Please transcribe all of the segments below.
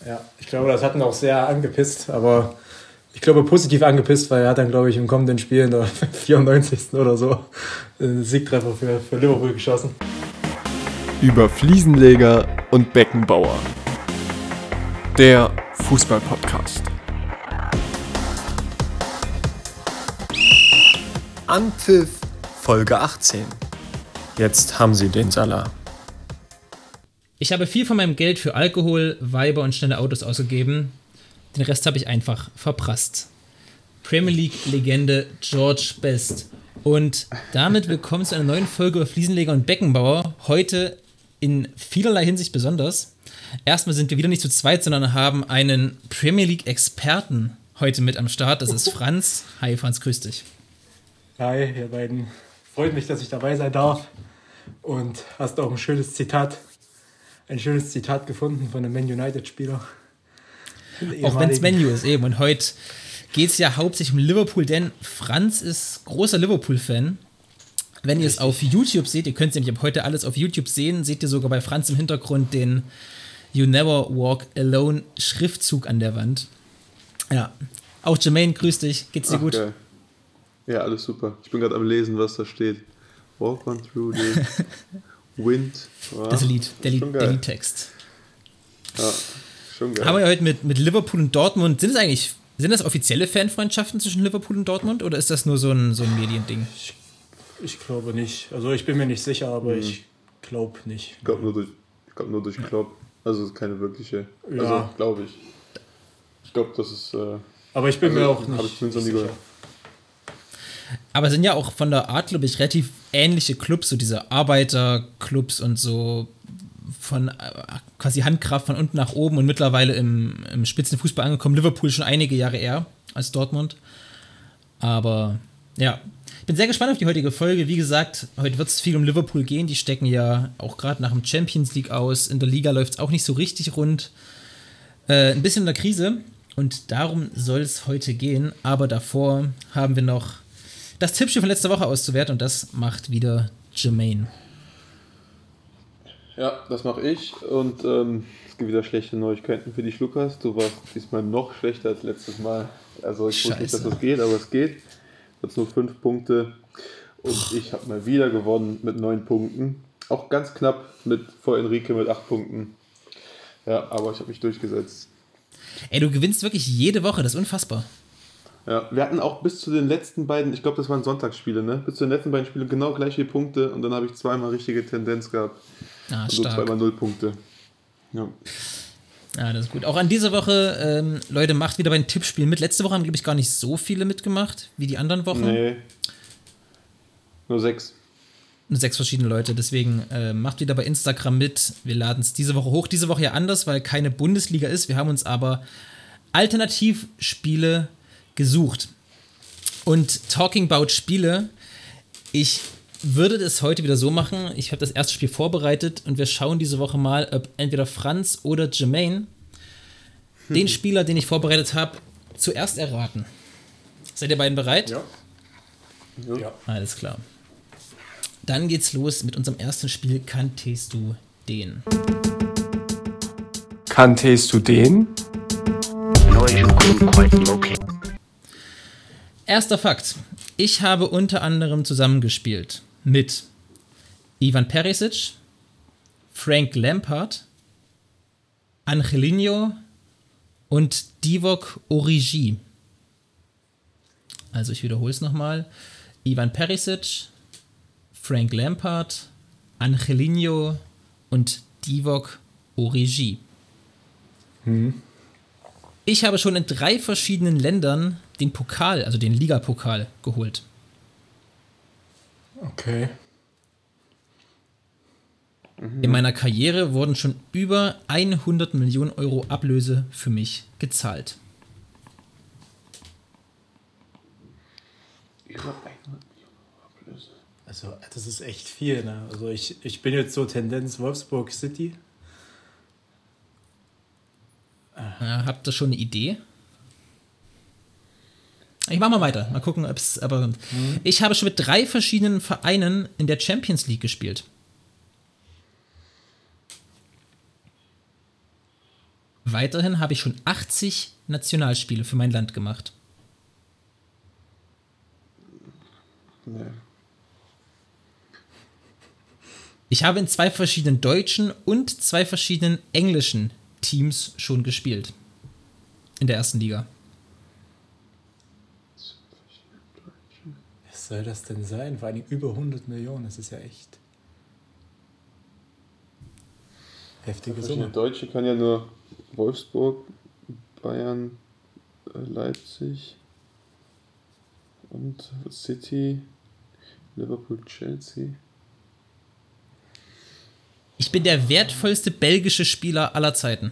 Ja, ich glaube, das hat ihn auch sehr angepisst, aber ich glaube positiv angepisst, weil er hat dann, glaube ich, im kommenden Spiel in der 94. oder so einen Siegtreffer für Liverpool geschossen. Über Fliesenleger und Beckenbauer. Der Fußball-Podcast. Anpfiff Folge 18. Jetzt haben Sie den Salah. Ich habe viel von meinem Geld für Alkohol, Weiber und schnelle Autos ausgegeben. Den Rest habe ich einfach verprasst. Premier League-Legende George Best. Und damit willkommen zu einer neuen Folge über Fliesenleger und Beckenbauer. Heute in vielerlei Hinsicht besonders. Erstmal sind wir wieder nicht zu zweit, sondern haben einen Premier League-Experten heute mit am Start. Das ist Franz. Hi Franz, grüß dich. Hi, ihr beiden. Freut mich, dass ich dabei sein darf. Und hast auch ein schönes Zitat gefunden von einem Man United-Spieler. Auch wenn es Menu ist eben. Und heute geht es ja hauptsächlich um Liverpool, denn Franz ist großer Liverpool-Fan. Wenn ihr es auf YouTube seht, ihr könnt es nämlich ab heute alles auf YouTube sehen, seht ihr sogar bei Franz im Hintergrund den You Never Walk Alone Schriftzug an der Wand. Ja, auch Jermaine, grüß dich. Geht's dir gut? Geil. Ja, alles super. Ich bin gerade am Lesen, was da steht. Walk on through the wind. Ja, das Lied, der Liedtext. Ja, schon geil. Haben wir heute mit Liverpool und Dortmund, sind das offizielle Fanfreundschaften zwischen Liverpool und Dortmund oder ist das nur so ein Mediending? Ich glaube nicht. Also ich bin mir nicht sicher, aber ich glaube nicht. Ich glaube nur durch Klopp. Also keine wirkliche. Ja. Also glaube ich. Ich glaube, das ist. Aber ich bin mir auch nicht Habe ich zumindest noch nie gehört. Aber es sind ja auch von der Art, glaube ich, relativ ähnliche Clubs, so diese Arbeiterclubs und so von quasi Handkraft von unten nach oben und mittlerweile im Spitzenfußball angekommen. Liverpool schon einige Jahre eher als Dortmund. Aber ja, ich bin sehr gespannt auf die heutige Folge. Wie gesagt, heute wird es viel um Liverpool gehen. Die stecken ja auch gerade nach dem Champions League aus. In der Liga läuft es auch nicht so richtig rund. Ein bisschen in der Krise. Und darum soll es heute gehen. Aber davor haben wir noch das Tippspiel von letzter Woche auszuwerten und das macht wieder Jermaine. Ja, das mache ich und es gibt wieder schlechte Neuigkeiten für dich, Lukas. Du warst diesmal noch schlechter als letztes Mal. Also ich wusste nicht, dass das geht, aber es geht. Jetzt nur 5 Punkte und ich habe mal wieder gewonnen mit 9 Punkten. Auch ganz knapp vor Enrique mit 8 Punkten. Ja, aber ich habe mich durchgesetzt. Ey, du gewinnst wirklich jede Woche, das ist unfassbar. Ja, wir hatten auch bis zu den letzten beiden, ich glaube, das waren Sonntagsspiele, ne? Bis zu den letzten beiden Spielen genau gleich viele Punkte und dann habe ich zweimal richtige Tendenz gehabt. Also stark. zweimal 0 Punkte. Ja. Ja, das ist gut. Auch an dieser Woche, Leute, macht wieder bei den Tippspielen mit. Letzte Woche haben, glaube ich, gar nicht so viele mitgemacht wie die anderen Wochen. Nee. Nur 6. Nur 6 verschiedene Leute, deswegen macht wieder bei Instagram mit. Wir laden es diese Woche hoch. Diese Woche ja anders, weil keine Bundesliga ist. Wir haben uns aber Alternativspiele gesucht. Und talking about Spiele, ich würde das heute wieder so machen, ich habe das erste Spiel vorbereitet und wir schauen diese Woche mal, ob entweder Franz oder Jermaine den Spieler, den ich vorbereitet habe, zuerst erraten. Seid ihr beiden bereit? Ja. Alles klar. Dann geht's los mit unserem ersten Spiel. Kanntest du den? Kanntest du den? Erster Fakt. Ich habe unter anderem zusammengespielt mit Ivan Perisic, Frank Lampard, Angelino und Divock Origi. Also ich wiederhole es nochmal. Ivan Perisic, Frank Lampard, Angelino und Divock Origi. Ich habe schon in 3 verschiedenen Ländern den Pokal, also den Ligapokal, geholt. Okay. In meiner Karriere wurden schon über 100 Millionen Euro Ablöse für mich gezahlt. Über 100 Millionen Ablöse. Also das ist echt viel, ne? Also ich bin jetzt so Tendenz Wolfsburg City. Habt ihr schon eine Idee? Ich mach mal weiter. Mal gucken, ob es. Aber ich habe schon mit 3 verschiedenen Vereinen in der Champions League gespielt. weiterhin habe ich schon 80 Nationalspiele für mein Land gemacht. Nee. Ich habe in 2 verschiedenen deutschen und 2 verschiedenen englischen Teams schon gespielt. In der ersten Liga. Was soll das denn sein? Vor allem über 100 Millionen, das ist ja echt heftige Summe. Deutsche kann ja nur Wolfsburg, Bayern, Leipzig und City, Liverpool, Chelsea. Ich bin der wertvollste belgische Spieler aller Zeiten.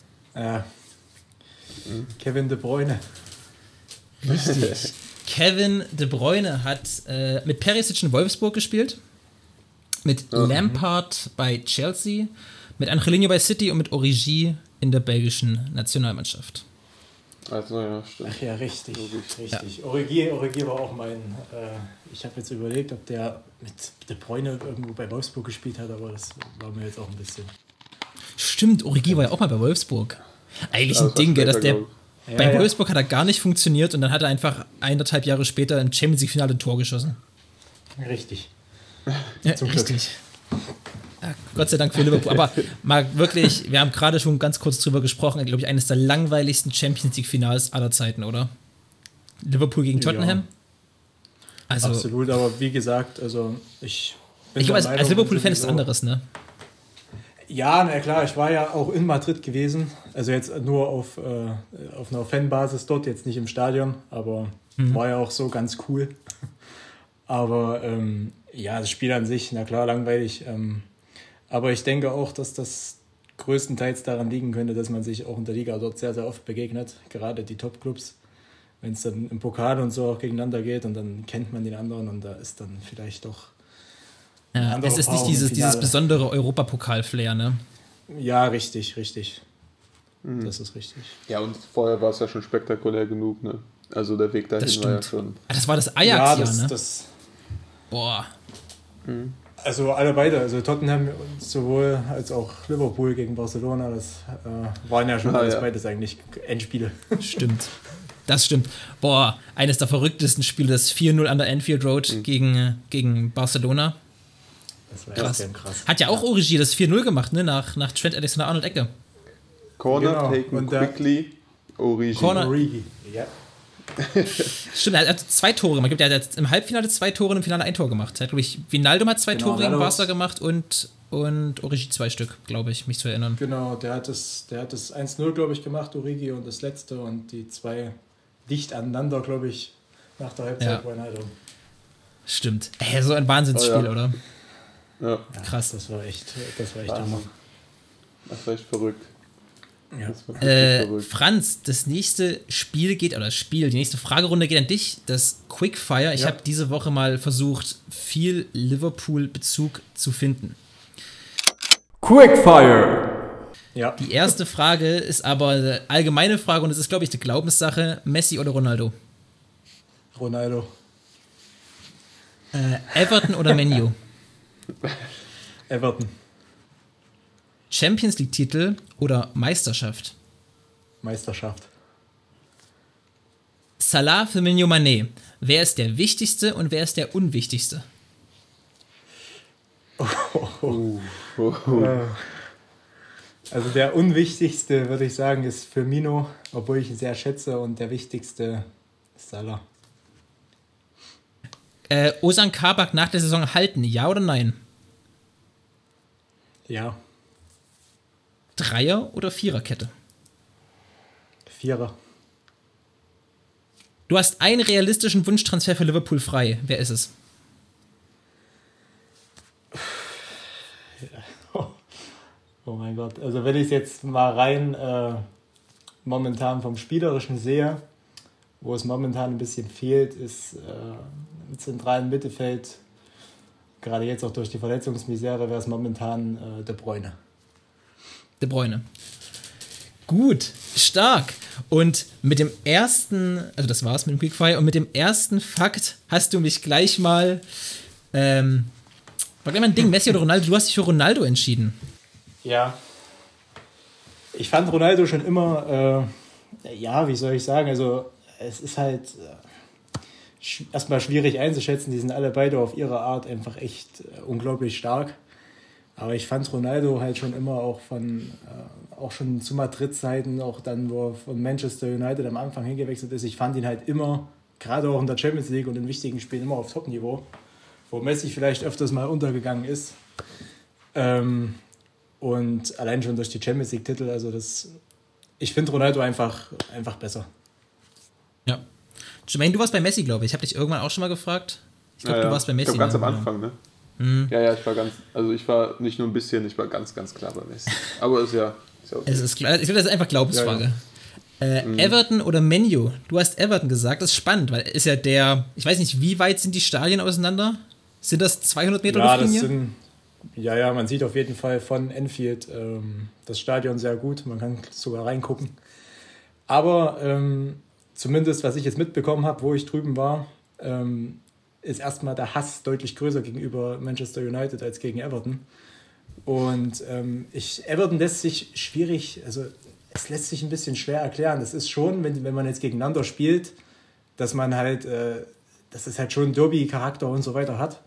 Kevin De Bruyne. Richtig. Kevin De Bruyne hat mit Perisic in Wolfsburg gespielt, mit Lampard bei Chelsea, mit Angelino bei City und mit Origi in der belgischen Nationalmannschaft. Also ja, stimmt. Ach ja, richtig. Logisch. Ja. Origi war auch mein... ich habe jetzt überlegt, ob der mit De Bruyne irgendwo bei Wolfsburg gespielt hat, aber das war mir jetzt auch ein bisschen... Stimmt, Origi war ja auch mal bei Wolfsburg. Eigentlich ein Ding, dass der... Bei Wolfsburg hat er gar nicht funktioniert und dann hat er einfach 1,5 Jahre später im Champions League-Finale ein Tor geschossen. Richtig. Ja, Zum Glück. richtig. Ja, Gott sei Dank für Liverpool. Aber mal wirklich, wir haben gerade schon ganz kurz drüber gesprochen, glaube ich, eines der langweiligsten Champions League-Finals aller Zeiten, oder? Liverpool gegen Tottenham? Ja. Also, absolut, aber wie gesagt, also ich glaube, als Liverpool-Fan ist es anderes, ne? Ja, na klar, ich war ja auch in Madrid gewesen, also jetzt nur auf einer Fanbasis dort, jetzt nicht im Stadion, aber war ja auch so ganz cool. Aber ja, das Spiel an sich, na klar, langweilig. Aber ich denke auch, dass das größtenteils daran liegen könnte, dass man sich auch in der Liga dort sehr, sehr oft begegnet, gerade die Top-Clubs, wenn es dann im Pokal und so auch gegeneinander geht und dann kennt man den anderen und da ist dann vielleicht doch... Ja, es ist nicht dieses besondere Europapokal-Flair, ne? Ja, richtig. Das ist richtig. Ja, und vorher war es ja schon spektakulär genug, ne? Also der Weg dahin war ja schon... Das war das Ajax-Jahr, ja, ne? Boah. Also alle beide, also Tottenham sowohl als auch Liverpool gegen Barcelona, das waren ja schon beides eigentlich Endspiele. Stimmt. Das stimmt. Boah, eines der verrücktesten Spiele, das 4-0 an der Anfield Road gegen Barcelona. Das war krass. Hat ja auch Origi das 4-0 gemacht, ne? Nach Trent Alexander-Arnold Ecke. Corner taken quickly. Origi. Ja. Stimmt, er hat 2 Tore gemacht. Er hat im Halbfinale 2 Tore und im Finale 1 Tor gemacht. Wijnaldum hat 2 Tore gegen Barca gemacht und Origi 2 Stück, glaube ich, mich zu erinnern. Genau, der hat das 1-0, glaube ich, gemacht, Origi, und das letzte und die 2 dicht aneinander, glaube ich, nach der Halbzeit Wijnaldum. Stimmt. So ein Wahnsinnsspiel, oder? Ja. Krass. Das war echt Hammer. Das war echt verrückt. Ja. Verrückt. Franz, das nächste die nächste Fragerunde geht an dich, das Quickfire. Ich habe diese Woche mal versucht, viel Liverpool-Bezug zu finden. Quickfire! Ja. Die erste Frage ist aber eine allgemeine Frage und es ist, glaube ich, eine Glaubenssache. Messi oder Ronaldo? Ronaldo. Everton oder Man U? Everton. Champions League-Titel oder Meisterschaft? Meisterschaft. Salah, Firmino, Mané. Wer ist der Wichtigste und wer ist der Unwichtigste? Also der Unwichtigste, würde ich sagen, ist Firmino, obwohl ich ihn sehr schätze, und der Wichtigste ist Salah. Ozan Kabak nach der Saison halten, ja oder nein? Ja. Dreier- oder Viererkette? Vierer. Du hast einen realistischen Wunschtransfer für Liverpool frei. Wer ist es? Oh mein Gott. Also wenn ich es jetzt mal rein momentan vom Spielerischen sehe, wo es momentan ein bisschen fehlt, ist im zentralen Mittelfeld, gerade jetzt auch durch die Verletzungsmisere, wäre es momentan De Bruyne. De Bruyne. Gut, stark. Und mit dem ersten, also das war's mit dem Quickfire, und mit dem ersten Fakt hast du mich gleich mal, war gleich mal ein Ding, Messi oder Ronaldo, du hast dich für Ronaldo entschieden. Ja. Ich fand Ronaldo schon immer, wie soll ich sagen, also es ist halt erstmal schwierig einzuschätzen, die sind alle beide auf ihre Art einfach echt unglaublich stark. Aber ich fand Ronaldo halt schon immer auch auch schon zu Madrid-Zeiten, auch dann, wo er von Manchester United am Anfang hingewechselt ist, ich fand ihn halt immer, gerade auch in der Champions League und in wichtigen Spielen, immer auf Top-Niveau, wo Messi vielleicht öfters mal untergegangen ist. Und allein schon durch die Champions League-Titel, also ich finde Ronaldo einfach besser. Ja. Jermaine, du warst bei Messi, glaube ich. Ich habe dich irgendwann auch schon mal gefragt. Ich glaube, du warst bei Messi. Ich glaube, ganz am Anfang, ne? Mhm. Ja, ich war nicht nur ein bisschen, ich war ganz, ganz klar bei Messi. Aber ist ja okay. Es ist klar, ich glaube, das ist einfach Glaubensfrage. Ja. Everton oder Man U? Du hast Everton gesagt, das ist spannend, weil ist ja ich weiß nicht, wie weit sind die Stadien auseinander? Sind das 200 Meter Luftlinie? Man sieht auf jeden Fall von Anfield das Stadion sehr gut, man kann sogar reingucken. Aber zumindest, was ich jetzt mitbekommen habe, wo ich drüben war, ist erstmal der Hass deutlich größer gegenüber Manchester United als gegen Everton. Und Everton lässt sich schwierig, also es lässt sich ein bisschen schwer erklären. Das ist schon, wenn man jetzt gegeneinander spielt, dass man halt, dass es halt schon Derby-Charakter und so weiter hat.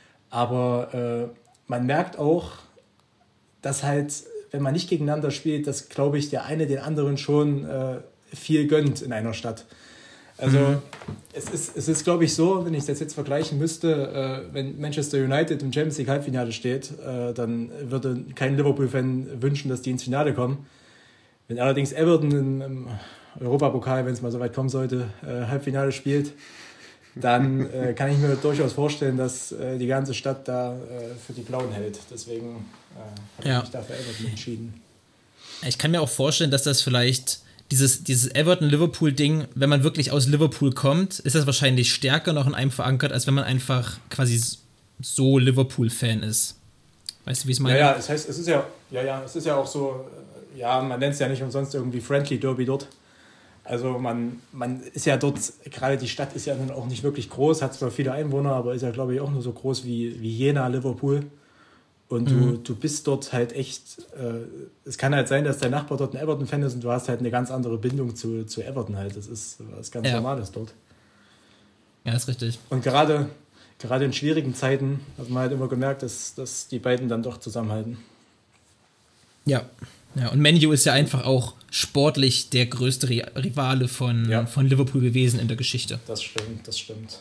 Aber man merkt auch, dass halt, wenn man nicht gegeneinander spielt, dass, glaube ich, der eine den anderen schon viel gönnt in einer Stadt. Also es ist, glaube ich, so, wenn ich das jetzt vergleichen müsste, wenn Manchester United im Champions League Halbfinale steht, dann würde kein Liverpool-Fan wünschen, dass die ins Finale kommen. Wenn allerdings Everton im Europapokal, wenn es mal so weit kommen sollte, Halbfinale spielt, dann kann ich mir durchaus vorstellen, dass die ganze Stadt da für die Blauen hält. Deswegen habe ich mich da für Everton entschieden. Ich kann mir auch vorstellen, dass das vielleicht dieses Everton-Liverpool-Ding, wenn man wirklich aus Liverpool kommt, ist das wahrscheinlich stärker noch in einem verankert, als wenn man einfach quasi so Liverpool-Fan ist. Weißt du, wie ich es meine? Ja, das heißt, es ist ja auch so, man nennt es ja nicht umsonst irgendwie Friendly Derby dort. Also man ist ja dort, gerade die Stadt ist ja nun auch nicht wirklich groß, hat zwar viele Einwohner, aber ist ja, glaube ich, auch nur so groß wie Jena, Liverpool. Und du bist dort halt echt, es kann halt sein, dass dein Nachbar dort ein Everton-Fan ist und du hast halt eine ganz andere Bindung zu Everton halt. Das ist was ganz Normales dort. Ja, ist richtig. Und gerade in schwierigen Zeiten hat man halt immer gemerkt, dass die beiden dann doch zusammenhalten. Ja, und Man U ist ja einfach auch sportlich der größte Rivale von Liverpool gewesen in der Geschichte. Das stimmt.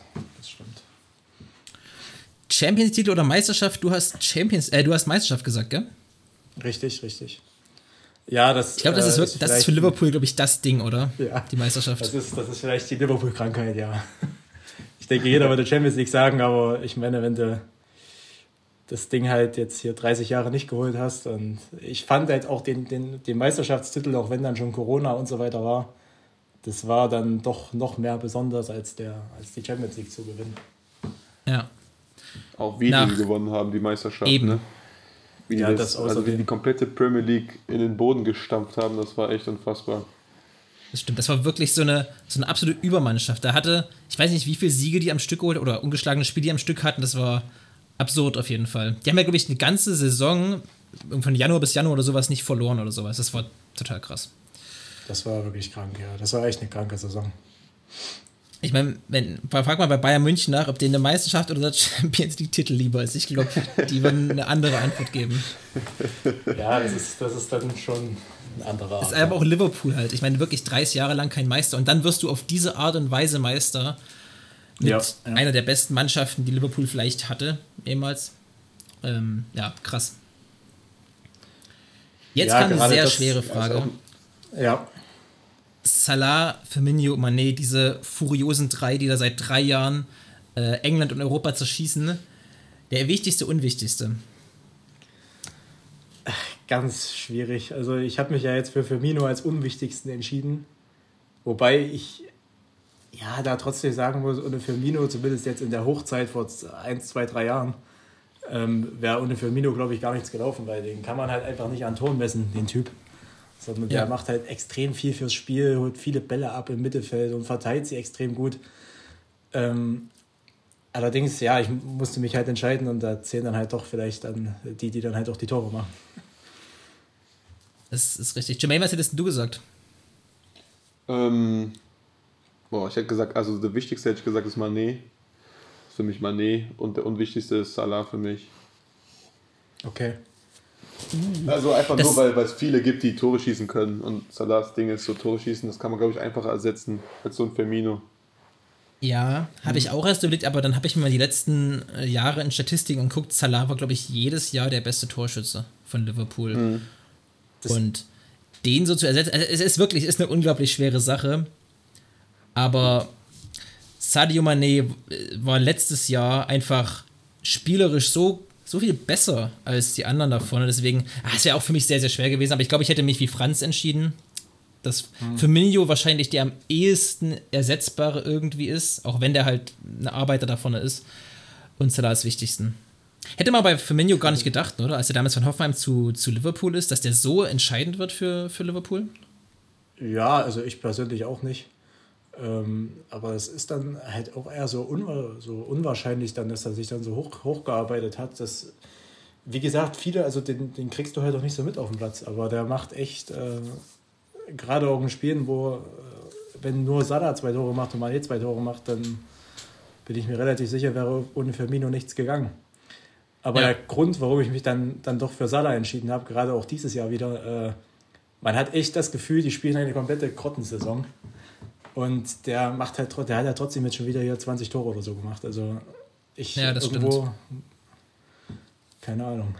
Champions-Titel oder Meisterschaft? Du hast Meisterschaft gesagt, gell? Richtig. Ja, ich glaube, das ist für Liverpool, glaube ich, das Ding, oder? Ja. Die Meisterschaft. Das ist vielleicht die Liverpool-Krankheit, ja. Ich denke, jeder würde Champions League sagen, aber ich meine, wenn du das Ding halt jetzt hier 30 Jahre nicht geholt hast, und ich fand halt auch den Meisterschaftstitel, auch wenn dann schon Corona und so weiter war, das war dann doch noch mehr besonders als die Champions League zu gewinnen. Ja. Auch wie die gewonnen haben, die Meisterschaft. Eben. Ne? Wie die komplette Premier League in den Boden gestampft haben, das war echt unfassbar. Das stimmt, das war wirklich so eine absolute Übermannschaft. Ich weiß nicht, wie viele Siege die am Stück geholt oder ungeschlagene Spiele die am Stück hatten, das war absurd auf jeden Fall. Die haben ja, glaube ich, eine ganze Saison von Januar bis Januar oder sowas nicht verloren oder sowas. Das war total krass. Das war wirklich krank, ja. Das war echt eine kranke Saison. Ich meine, frag mal bei Bayern München nach, ob denen eine Meisterschaft oder der Champions League-Titel lieber ist. Ich glaube, die würden eine andere Antwort geben. Ja, das ist dann schon eine andere Art. Das ist einfach auch Liverpool halt. Ich meine, wirklich 30 Jahre lang kein Meister. Und dann wirst du auf diese Art und Weise Meister mit einer der besten Mannschaften, die Liverpool vielleicht hatte, ehemals. Krass. Jetzt kam eine sehr schwere Frage. Ja. Salah, Firmino, Mané, diese furiosen drei, die da seit 3 Jahren England und Europa zerschießen. Der wichtigste, unwichtigste? Ganz schwierig. Also ich habe mich ja jetzt für Firmino als unwichtigsten entschieden. Wobei ich da trotzdem sagen muss, ohne Firmino, zumindest jetzt in der Hochzeit vor 1, 2, 3 Jahren, wäre ohne Firmino, glaube ich, gar nichts gelaufen, weil den kann man halt einfach nicht an Toren messen, den Typ. Sondern der macht halt extrem viel fürs Spiel, holt viele Bälle ab im Mittelfeld und verteilt sie extrem gut. Allerdings, ich musste mich halt entscheiden und da zählen dann halt doch vielleicht dann die dann halt auch die Tore machen. Das ist richtig. Jermaine, was hättest du gesagt? Ich hätte gesagt, also der wichtigste hätte ich gesagt, ist Mané. Für mich Mané und der unwichtigste ist Salah für mich. Okay. Also einfach nur, weil es viele gibt, die Tore schießen können und Salahs Ding ist so Tore schießen, das kann man glaube ich einfacher ersetzen als so ein Firmino. Ja, habe ich auch erst überlegt, aber dann habe ich mir mal die letzten Jahre in Statistiken angeguckt. Salah war, glaube ich, jedes Jahr der beste Torschütze von Liverpool. Und den so zu ersetzen, also es ist wirklich, ist eine unglaublich schwere Sache. Aber Sadio Mané war letztes Jahr einfach spielerisch so viel besser als die anderen da vorne. Deswegen, es wäre auch für mich sehr, sehr schwer gewesen. Aber ich glaube, ich hätte mich wie Franz entschieden. Dass Firmino wahrscheinlich der am ehesten ersetzbare irgendwie ist, auch wenn der halt ein Arbeiter da vorne ist. Und Salah ist wichtigsten. Hätte man bei Firmino gar nicht gedacht, oder? Als er damals von Hoffenheim zu Liverpool ist, dass der so entscheidend wird für Liverpool? Ja, also ich persönlich auch nicht. Aber es ist dann halt auch eher so unwahrscheinlich dann, dass er sich dann so hochgearbeitet hat. Dass, wie gesagt, viele, also den kriegst du halt auch nicht so mit auf dem Platz. Aber der macht echt... gerade auch in Spielen, wo, wenn nur Salah 2 Tore macht und Mané 2 Tore macht, dann bin ich mir relativ sicher, wäre ohne Firmino nichts gegangen. Aber der Grund, warum ich mich dann doch für Salah entschieden habe, gerade auch dieses Jahr wieder, man hat echt das Gefühl, die spielen eine komplette Grottensaison. Und der hat ja trotzdem jetzt schon wieder hier 20 Tore oder so gemacht. Also das irgendwo, stimmt. Keine Ahnung.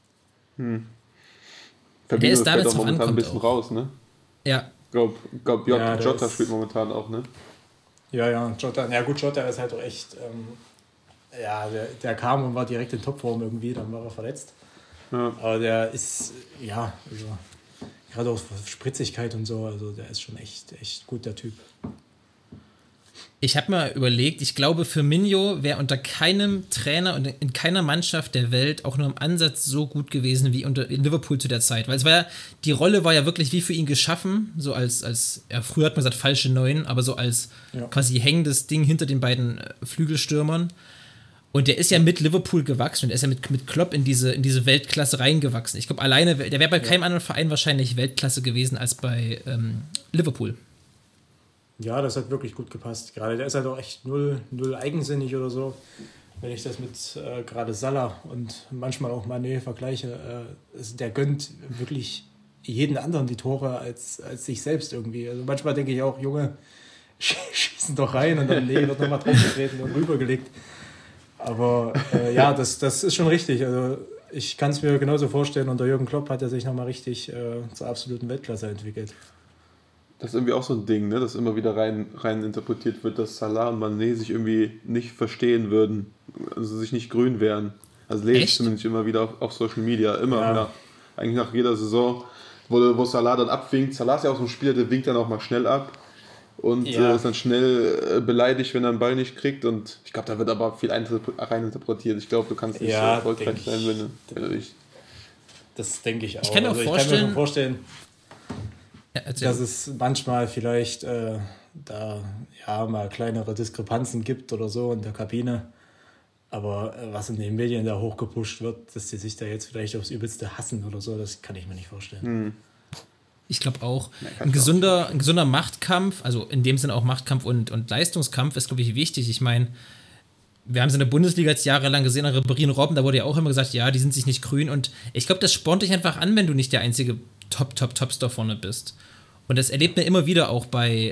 Der ist damit momentan ein bisschen raus, ne? Ja. Ich glaube, Jota spielt momentan auch, ne? Ja, Jota. Ja gut, Jota ist halt auch echt... der kam und war direkt in Topform irgendwie, dann war er verletzt. Ja. Aber der ist, also, gerade auch Spritzigkeit und so, also der ist schon echt gut, der Typ. Ich habe mal überlegt, ich glaube, Firmino wäre unter keinem Trainer und in keiner Mannschaft der Welt auch nur im Ansatz so gut gewesen wie in Liverpool zu der Zeit. Weil die Rolle war ja wirklich wie für ihn geschaffen, so als früher hat man gesagt falsche Neun, aber so als quasi hängendes Ding hinter den beiden Flügelstürmern. Und der ist ja mit Liverpool gewachsen und er ist ja mit Klopp in diese Weltklasse reingewachsen. Ich glaube, alleine, der wäre bei keinem anderen Verein wahrscheinlich Weltklasse gewesen als bei Liverpool. Ja, das hat wirklich gut gepasst. Gerade der ist halt auch echt null eigensinnig oder so. Wenn ich das mit gerade Salah und manchmal auch Mané vergleiche, der gönnt wirklich jeden anderen die Tore als sich selbst irgendwie. Also manchmal denke ich auch, Junge, schießen doch rein und dann wird nochmal draufgetreten und rübergelegt. Aber das ist schon richtig. Also ich kann es mir genauso vorstellen, unter Jürgen Klopp hat er sich nochmal richtig zur absoluten Weltklasse entwickelt. Das ist irgendwie auch so ein Ding, ne, das immer wieder rein interpretiert wird, dass Salah und Mané sich irgendwie nicht verstehen würden, also sich nicht grün wären. Also lese ich zumindest immer wieder auf Social Media, immer, eigentlich nach jeder Saison, wo Salah dann abwinkt. Salah ist ja auch so ein Spieler, der winkt dann auch mal schnell ab und ist dann schnell beleidigt, wenn er einen Ball nicht kriegt und ich glaube, da wird aber viel rein interpretiert. Ich glaube, du kannst nicht so erfolgreich sein, wenn du dich... Das denke ich auch. Ich kann mir schon vorstellen, dass es manchmal vielleicht mal kleinere Diskrepanzen gibt oder so in der Kabine. Aber was in den Medien da hochgepusht wird, dass die sich da jetzt vielleicht aufs Übelste hassen oder so, das kann ich mir nicht vorstellen. Ich glaube auch, ein gesunder Machtkampf, also in dem Sinne auch Machtkampf und Leistungskampf ist, glaube ich, wichtig. Ich meine, wir haben es in der Bundesliga jetzt jahrelang gesehen, an Ribéry und Robben, da wurde ja auch immer gesagt, ja, die sind sich nicht grün. Und ich glaube, das spornt dich einfach an, wenn du nicht der einzige Top-Star vorne bist. Und das erlebt man immer wieder auch bei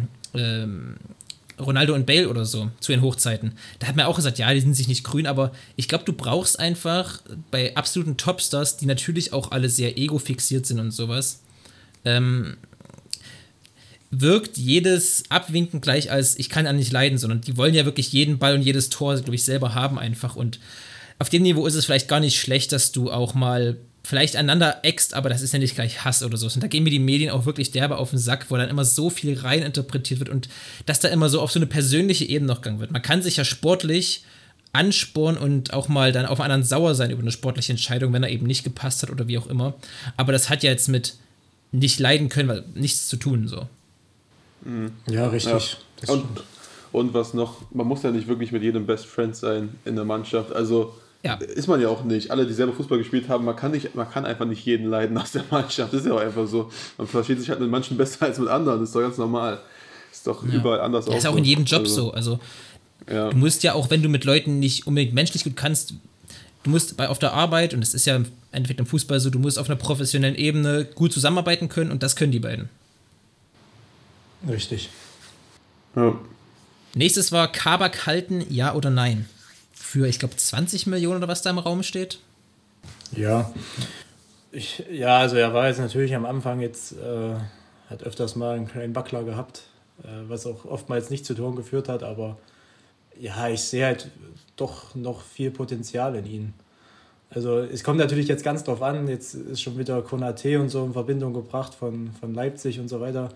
Ronaldo und Bale oder so, zu ihren Hochzeiten. Da hat man auch gesagt, ja, die sind sich nicht grün, aber ich glaube, du brauchst einfach bei absoluten Topstars, die natürlich auch alle sehr ego-fixiert sind und sowas, wirkt jedes Abwinken gleich als, ich kann ja nicht leiden, sondern die wollen ja wirklich jeden Ball und jedes Tor, glaube ich, selber haben einfach. Und auf dem Niveau ist es vielleicht gar nicht schlecht, dass du auch mal vielleicht einander äxt, aber das ist ja nicht gleich Hass oder so. Und da gehen mir die Medien auch wirklich derbe auf den Sack, wo dann immer so viel rein interpretiert wird und dass da immer so auf so eine persönliche Ebene noch gegangen wird. Man kann sich ja sportlich anspornen und auch mal dann auf einen anderen sauer sein über eine sportliche Entscheidung, wenn er eben nicht gepasst hat oder wie auch immer. Aber das hat ja jetzt mit nicht leiden können, weil nichts zu tun, so. Ja, richtig. Ja. Und was noch, man muss ja nicht wirklich mit jedem Best Friend sein in der Mannschaft. Also ist man ja auch nicht. Alle, die selber Fußball gespielt haben, man kann einfach nicht jeden leiden aus der Mannschaft. Das ist ja auch einfach so. Man versteht sich halt mit manchen besser als mit anderen. Das ist doch ganz normal. Das ist doch überall anders auch. Das ist auch in jedem Job so. Also du musst ja auch, wenn du mit Leuten nicht unbedingt menschlich gut kannst, du musst auf der Arbeit, und das ist ja im Endeffekt im Fußball so, du musst auf einer professionellen Ebene gut zusammenarbeiten können, und das können die beiden. Richtig. Ja. Nächstes war Kabak halten, ja oder nein? Für, ich glaube, 20 Millionen oder was da im Raum steht. Ja. Also er war jetzt natürlich am Anfang hat öfters mal einen kleinen Wackler gehabt, was auch oftmals nicht zu Toren geführt hat, aber ja, ich sehe halt doch noch viel Potenzial in ihn. Also es kommt natürlich jetzt ganz drauf an, jetzt ist schon wieder Konaté und so in Verbindung gebracht von Leipzig und so weiter.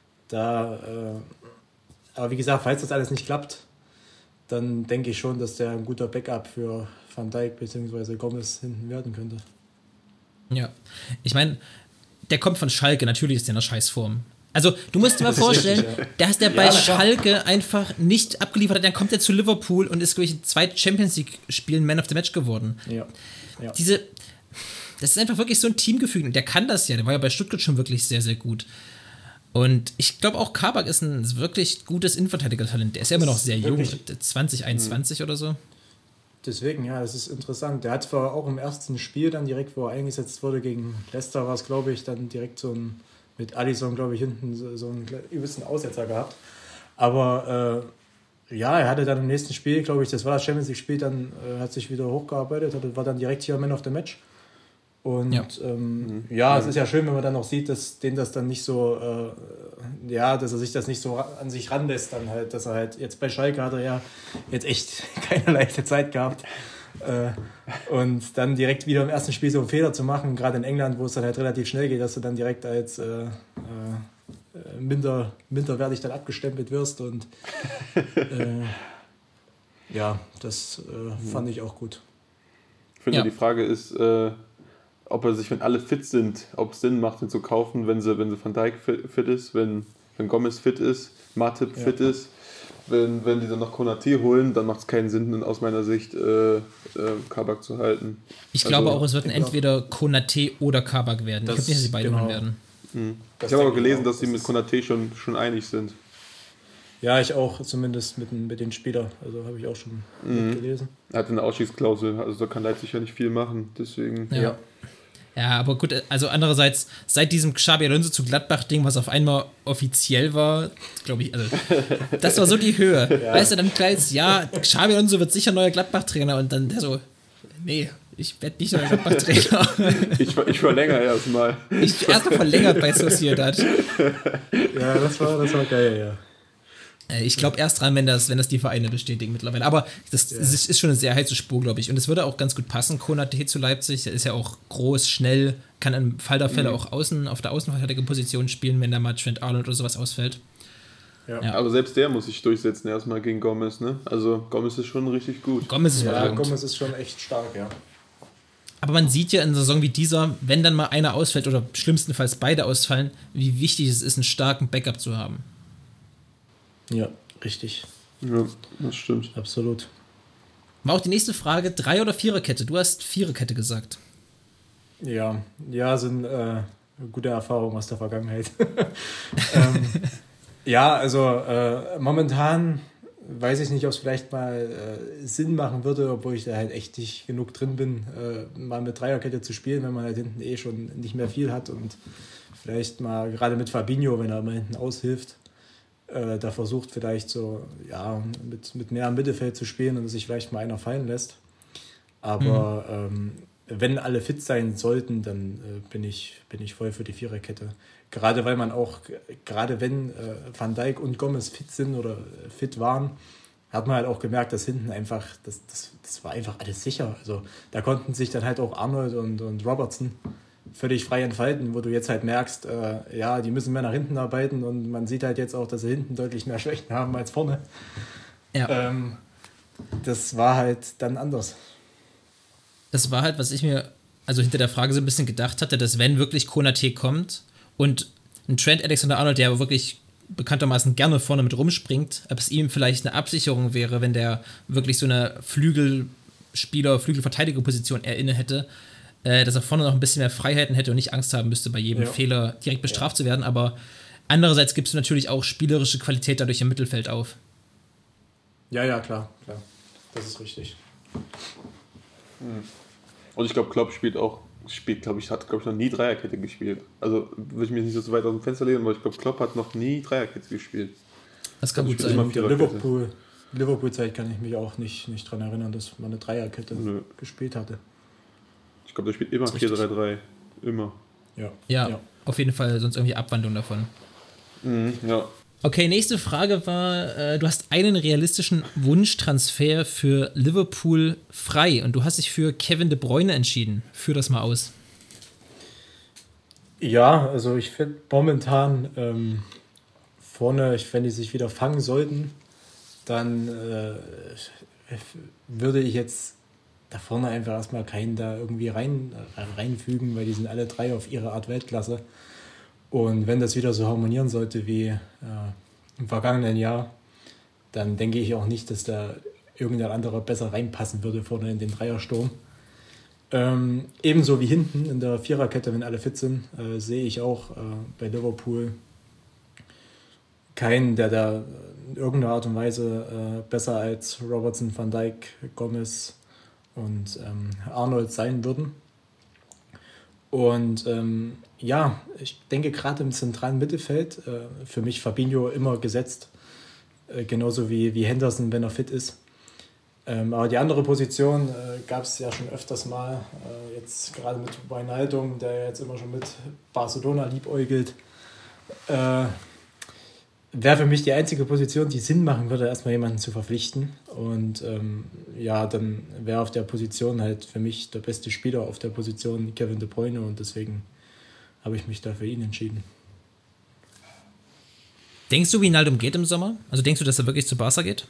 Aber wie gesagt, falls das alles nicht klappt, dann denke ich schon, dass der ein guter Backup für Van Dijk bzw. Gomez hinten werden könnte. Ja, ich meine, der kommt von Schalke, natürlich ist der in einer Scheißform. Also, du musst dir mal vorstellen, richtig, dass der bei Schalke einfach nicht abgeliefert hat, dann kommt er zu Liverpool und ist, glaube ich, in 2 Champions-League-Spielen Man of the Match geworden. Ja. Das ist einfach wirklich so ein Teamgefüge, und der kann das ja, der war ja bei Stuttgart schon wirklich sehr, sehr gut. Und ich glaube auch, Kabak ist ein wirklich gutes Innenverteidiger-Talent. Der ist ja immer noch sehr jung, 2021 oder so. Deswegen, ja, das ist interessant. Der hat zwar auch im ersten Spiel dann direkt, wo er eingesetzt wurde, gegen Leicester war es, glaube ich, dann direkt mit Alisson, glaube ich, hinten so einen übelsten Aussetzer gehabt. Aber er hatte dann im nächsten Spiel, glaube ich, das war das Champions League-Spiel, dann hat sich wieder hochgearbeitet, war dann direkt hier Man of the Match. Und es ist ja schön, wenn man dann auch sieht, dass den das dann nicht so, dass er sich das nicht so an sich ranlässt, dann halt, dass er halt jetzt bei Schalke hat er ja jetzt echt keine leichte Zeit gehabt. Und dann direkt wieder im ersten Spiel so einen Fehler zu machen, gerade in England, wo es dann halt relativ schnell geht, dass du dann direkt als minderwertig dann abgestempelt wirst. Und das fand ich auch gut. Ich finde, die Frage ist, ob er sich, wenn alle fit sind, ob es Sinn macht, ihn zu kaufen, wenn Van Dijk fit ist, wenn Gomez fit ist, Matip fit ist. Wenn die dann noch Konaté holen, dann macht es keinen Sinn, aus meiner Sicht Kabak zu halten. Ich glaube auch, es wird entweder Konaté oder Kabak werden. Ich glaube nicht, dass sie beide holen werden. Ich habe aber gelesen, dass sie mit Konaté schon einig sind. Ja, ich auch, zumindest mit den Spielern. Also habe ich auch schon gelesen. Er hat eine Ausstiegsklausel, also da kann Leipzig ja nicht viel machen. Deswegen. Ja, aber gut, also andererseits, seit diesem Xabi Alonso zu Gladbach-Ding, was auf einmal offiziell war, glaube ich, also das war so die Höhe. Weißt du, dann kleines Xabi Alonso wird sicher neuer Gladbach-Trainer, und dann der so, nee, ich werde nicht neuer Gladbach-Trainer. Ich verlängere erstmal. Erstmal verlängert bei Sociedad. Ja, das war geil, ja. Ich glaube erst dran, wenn das die Vereine bestätigen mittlerweile. Aber das ist schon eine sehr heiße Spur, glaube ich. Und es würde auch ganz gut passen, Konaté zu Leipzig. Der ist ja auch groß, schnell, kann im Fall der Fälle auch auf der Außenverteidigerposition spielen, wenn da mal Trent Arnold oder sowas ausfällt. Ja. Aber selbst der muss sich durchsetzen erstmal gegen Gomez, ne? Also Gomez ist schon richtig gut. Gomez ist schon echt stark, ja. Aber man sieht ja in einer Saison wie dieser, wenn dann mal einer ausfällt oder schlimmstenfalls beide ausfallen, wie wichtig es ist, einen starken Backup zu haben. Ja, richtig. Ja, das stimmt. Absolut. War auch die nächste Frage, 3- oder 4er-Kette? Du hast 4er-Kette gesagt. Ja, sind gute Erfahrungen aus der Vergangenheit. Momentan weiß ich nicht, ob es vielleicht mal Sinn machen würde, obwohl ich da halt echt nicht genug drin bin, mal mit Dreierkette zu spielen, wenn man halt hinten schon nicht mehr viel hat, und vielleicht mal gerade mit Fabinho, wenn er mal hinten aushilft, da versucht vielleicht so, mit mehr am Mittelfeld zu spielen und sich vielleicht mal einer fallen lässt. Aber wenn alle fit sein sollten, dann bin ich voll für die Viererkette. Gerade weil man auch, gerade wenn Van Dijk und Gomez fit sind oder fit waren, hat man halt auch gemerkt, dass hinten einfach, das war einfach alles sicher. Also da konnten sich dann halt auch Arnold und Robertson völlig frei entfalten, wo du jetzt halt merkst, die müssen mehr nach hinten arbeiten, und man sieht halt jetzt auch, dass sie hinten deutlich mehr Schwächen haben als vorne. Ja. Das war halt dann anders. Das war halt, was ich mir hinter der Frage so ein bisschen gedacht hatte, dass wenn wirklich Konaté kommt und ein Trent Alexander-Arnold, der wirklich bekanntermaßen gerne vorne mit rumspringt, ob es ihm vielleicht eine Absicherung wäre, wenn der wirklich so eine Flügelverteidigerposition er inne hätte, dass er vorne noch ein bisschen mehr Freiheiten hätte und nicht Angst haben müsste, bei jedem Fehler direkt bestraft zu werden. Aber andererseits gibst du natürlich auch spielerische Qualität dadurch im Mittelfeld auf. Ja, klar. Das ist richtig. Und ich glaube, Klopp hat noch nie Dreierkette gespielt. Also würde ich mich nicht so weit aus dem Fenster lehnen, aber ich glaube, Klopp hat noch nie Dreierkette gespielt. Das kann gut sein. In der Liverpool-Zeit kann ich mich auch nicht dran erinnern, dass man eine Dreierkette gespielt hatte. Ich glaube, der spielt immer 4-3-3. Immer. Ja, auf jeden Fall, sonst irgendwie Abwandlung davon. Ja. Okay, nächste Frage war, du hast einen realistischen Wunschtransfer für Liverpool frei und du hast dich für Kevin De Bruyne entschieden. Führ das mal aus. Ja, also ich finde momentan vorne, wenn die sich wieder fangen sollten, dann würde ich jetzt da vorne einfach erstmal keinen da irgendwie reinfügen, weil die sind alle drei auf ihre Art Weltklasse. Und wenn das wieder so harmonieren sollte wie im vergangenen Jahr, dann denke ich auch nicht, dass da irgendein anderer besser reinpassen würde vorne in den Dreiersturm. Ebenso wie hinten in der Viererkette, wenn alle fit sind, sehe ich auch bei Liverpool keinen, der da in irgendeiner Art und Weise besser als Robertson, Van Dijk, Gomez und Arnold sein würden. Und ich denke gerade im zentralen Mittelfeld, für mich Fabinho immer gesetzt, genauso wie Henderson, wenn er fit ist. Aber die andere Position gab es ja schon öfters mal, jetzt gerade mit Wijnaldum, der jetzt immer schon mit Barcelona liebäugelt. Wäre für mich die einzige Position, die Sinn machen würde, erstmal jemanden zu verpflichten. Und dann wäre auf der Position halt für mich der beste Spieler auf der Position Kevin De Bruyne und deswegen habe ich mich da für ihn entschieden. Denkst du, Wijnaldum geht im Sommer? Also denkst du, dass er wirklich zu Barca geht?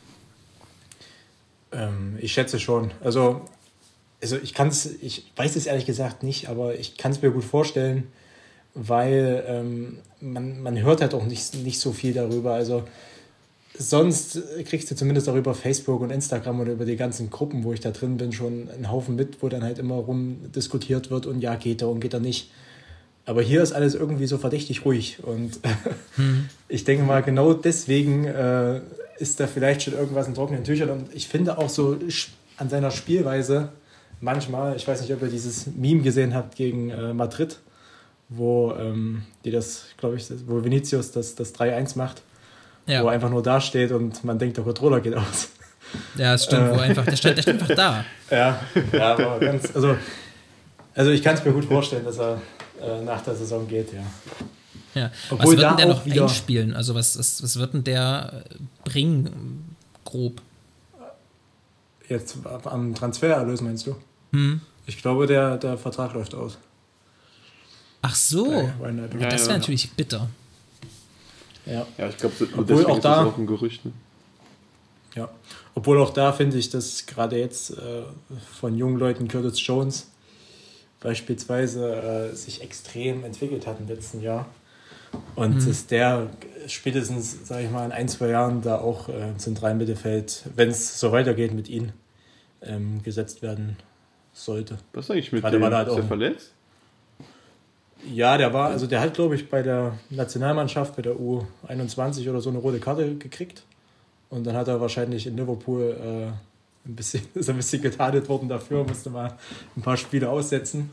Ich schätze schon. Also ich weiß es ehrlich gesagt nicht, aber ich kann es mir gut vorstellen, weil man hört halt auch nicht so viel darüber. Also sonst kriegst du zumindest auch über Facebook und Instagram oder über die ganzen Gruppen, wo ich da drin bin, schon einen Haufen mit, wo dann halt immer rumdiskutiert wird und ja, geht er und geht er nicht. Aber hier ist alles irgendwie so verdächtig ruhig und ich denke mal, genau deswegen ist da vielleicht schon irgendwas in trockenen Tüchern und ich finde auch so an seiner Spielweise manchmal, ich weiß nicht, ob ihr dieses Meme gesehen habt gegen Madrid, wo wo Vinicius das 3-1 macht, wo er einfach nur da steht und man denkt, der Controller geht aus. Ja, das stimmt, der steht einfach da. Ja, aber also ich kann es mir gut vorstellen, dass er nach der Saison geht, ja. Was wird denn der noch einspielen? Also was wird denn der bringen, grob? Jetzt am Transfererlös meinst du? Ich glaube, der Vertrag läuft aus. Ach so, das wäre natürlich bitter. Ja, ich glaube, deswegen auch da, ist das auch ein Gerücht. Ne? Ja, obwohl auch da finde ich, dass gerade jetzt von jungen Leuten Curtis Jones beispielsweise sich extrem entwickelt hat im letzten Jahr. Und dass der spätestens, sage ich mal, in 1-2 Jahren da auch im zentralen Mittelfeld, wenn es so weitergeht mit ihm, gesetzt werden sollte. Was ist eigentlich mit dem? Ist der verletzt? Ja, der hat, glaube ich, bei der Nationalmannschaft, bei der U21 oder so eine rote Karte gekriegt. Und dann hat er wahrscheinlich in Liverpool ist ein bisschen getadelt worden dafür, musste mal ein paar Spiele aussetzen.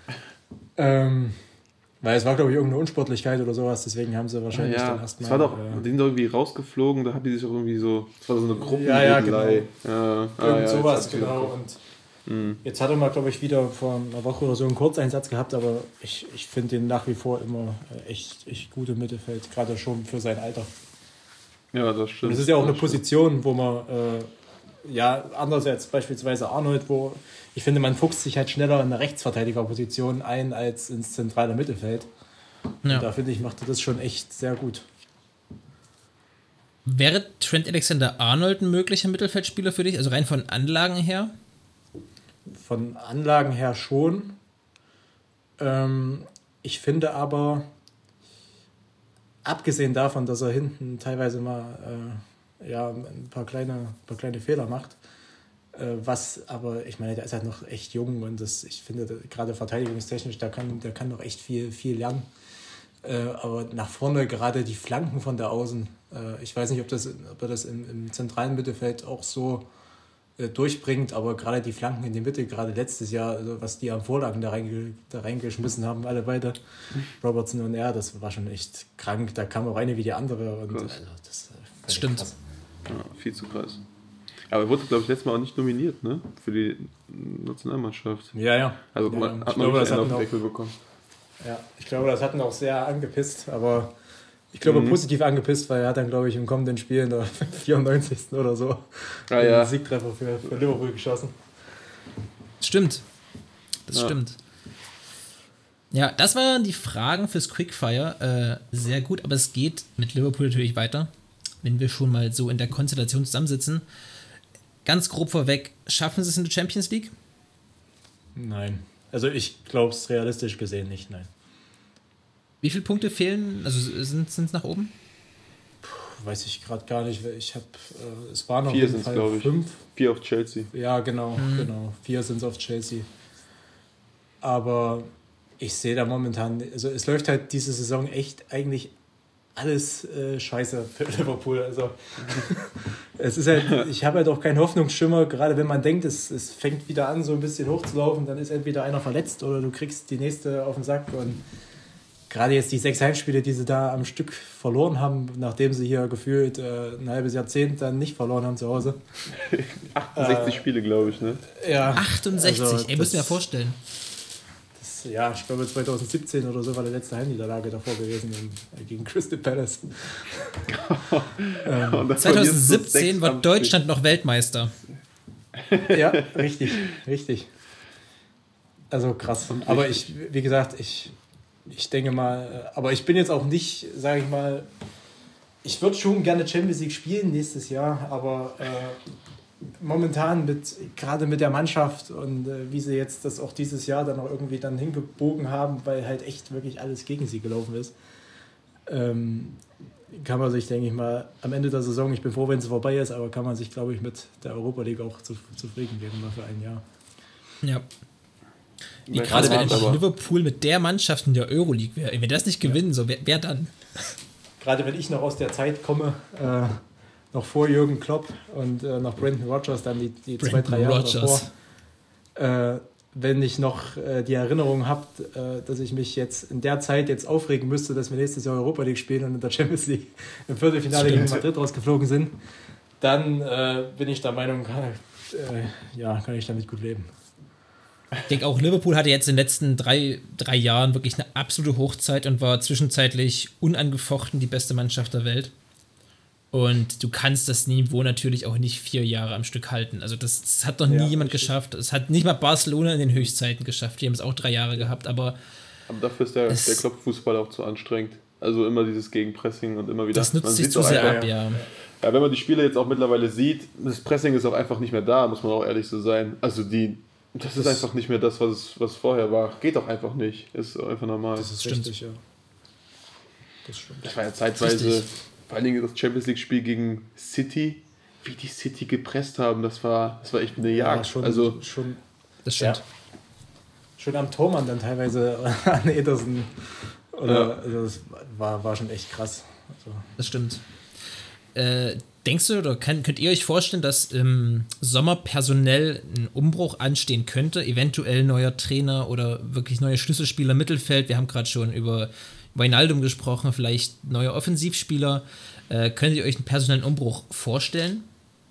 Weil es war, glaube ich, irgendeine Unsportlichkeit oder sowas, deswegen haben sie wahrscheinlich dann erstmal... Es war doch, die sind doch irgendwie rausgeflogen, da haben die sich auch irgendwie so... Es war so eine Gruppe. Genau. Sowas, genau. Und jetzt hat er mal, glaube ich, wieder vor einer Woche oder so einen Kurzeinsatz gehabt, aber ich finde den nach wie vor immer echt gut im Mittelfeld, gerade schon für sein Alter. Ja, das stimmt. Und es ist ja auch eine Position, wo man... anders als beispielsweise Arnold, wo ich finde, man fuchst sich halt schneller in eine Rechtsverteidigerposition ein als ins zentrale Mittelfeld. Ja. Und da finde ich, macht er das schon echt sehr gut. Wäre Trent Alexander-Arnold ein möglicher Mittelfeldspieler für dich? Also rein von Anlagen her? Von Anlagen her schon. Ich finde aber, abgesehen davon, dass er hinten teilweise mal ein paar kleine Fehler macht, Was, aber ich meine, der ist halt noch echt jung und ich finde, gerade verteidigungstechnisch, der kann noch echt viel lernen. Aber nach vorne, gerade die Flanken von der Außen, ich weiß nicht, ob er das im zentralen Mittelfeld auch so durchbringt, aber gerade die Flanken in die Mitte, gerade letztes Jahr, also was die an Vorlagen da reingeschmissen haben, alle beide, Robertson und er, das war schon echt krank. Da kam auch eine wie die andere. Und das stimmt. Krass. Ja, viel zu krass. Aber er wurde, glaube ich, letztes Mal auch nicht nominiert, ne? Für die Nationalmannschaft. Ja. Also hat man nicht einen auf den Deckel bekommen. Ja, ich glaube, das hat ihn auch sehr angepisst, aber ich glaube positiv angepisst, weil er hat dann, glaube ich, im kommenden Spiel in der 94. oder so einen Siegtreffer für Liverpool geschossen. Stimmt. Das stimmt. Ja, das waren die Fragen fürs Quickfire. Sehr gut, aber es geht mit Liverpool natürlich weiter, wenn wir schon mal so in der Konstellation zusammensitzen. Ganz grob vorweg, schaffen sie es in der Champions League? Nein. Also ich glaube es realistisch gesehen nicht, nein. Wie viele Punkte fehlen? Also sind es nach oben? Weiß ich gerade gar nicht. Es waren noch 4 sind es, glaube ich. 5. 4 auf Chelsea. Ja, genau. 4 sind es auf Chelsea. Aber ich sehe da momentan, also es läuft halt diese Saison echt eigentlich alles scheiße für Liverpool. Also es ist halt, ich habe halt auch keinen Hoffnungsschimmer, gerade wenn man denkt, es fängt wieder an, so ein bisschen hochzulaufen, dann ist entweder einer verletzt oder du kriegst die nächste auf den Sack. Und gerade jetzt die 6 Heimspiele, die sie da am Stück verloren haben, nachdem sie hier gefühlt ein halbes Jahrzehnt dann nicht verloren haben zu Hause. 68 Spiele, glaube ich, ne? Ja. 68, also müsst ihr ja vorstellen. Ja, ich glaube 2017 oder so war die letzte Heimniederlage davor gewesen gegen Crystal Palace. 2017 war Deutschland noch Weltmeister. Ja, richtig. Also krass. Aber wie gesagt, ich denke mal, aber ich bin jetzt auch nicht, sage ich mal, ich würde schon gerne Champions League spielen nächstes Jahr, aber momentan gerade mit der Mannschaft und wie sie jetzt das auch dieses Jahr dann auch irgendwie dann hingebogen haben, weil halt echt wirklich alles gegen sie gelaufen ist, kann man sich, denke ich mal, am Ende der Saison, ich bin froh, wenn es vorbei ist, aber kann man sich, glaube ich, mit der Europa League auch zufrieden geben, mal für ein Jahr. Ja. Wie krass wäre eigentlich Liverpool mit der Mannschaft in der Euroleague wäre. Wenn wir das nicht gewinnen, so wer dann? Gerade wenn ich noch aus der Zeit komme, noch vor Jürgen Klopp und noch Brendan Rodgers, dann die 2-3 Jahre davor. Wenn ich noch die Erinnerung habe, dass ich mich jetzt in der Zeit jetzt aufregen müsste, dass wir nächstes Jahr Europa League spielen und in der Champions League im Viertelfinale gegen Madrid rausgeflogen sind, dann bin ich der Meinung, kann ich damit gut leben. Ich denke auch, Liverpool hatte jetzt in den letzten drei Jahren wirklich eine absolute Hochzeit und war zwischenzeitlich unangefochten die beste Mannschaft der Welt. Und du kannst das Niveau natürlich auch nicht 4 Jahre am Stück halten. Also das hat noch nie jemand geschafft. Es hat nicht mal Barcelona in den Höchstzeiten geschafft. Die haben es auch 3 Jahre gehabt, aber dafür ist der Clubfußball auch zu anstrengend. Also immer dieses Gegenpressing und immer wieder. Das nutzt sich zu sehr ab, ja. Ja, wenn man die Spiele jetzt auch mittlerweile sieht, das Pressing ist auch einfach nicht mehr da, muss man auch ehrlich so sein. Also das ist einfach nicht mehr das, was vorher war. Geht doch einfach nicht. Ist einfach normal. Das ist richtig, ja. Das stimmt. Das war ja zeitweise, vor allen Dingen das Champions League-Spiel gegen City, wie die City gepresst haben, das war echt eine Jagd. Ja, schon, das stimmt. Ja. Schon am Tormann dann teilweise an Ederson. Also das war schon echt krass. Also. Das stimmt. Denkst du oder könnt ihr euch vorstellen, dass im Sommer personell ein Umbruch anstehen könnte? Eventuell neuer Trainer oder wirklich neue Schlüsselspieler im Mittelfeld? Wir haben gerade schon über Wijnaldum gesprochen, vielleicht neue Offensivspieler. Könnt ihr euch einen personellen Umbruch vorstellen?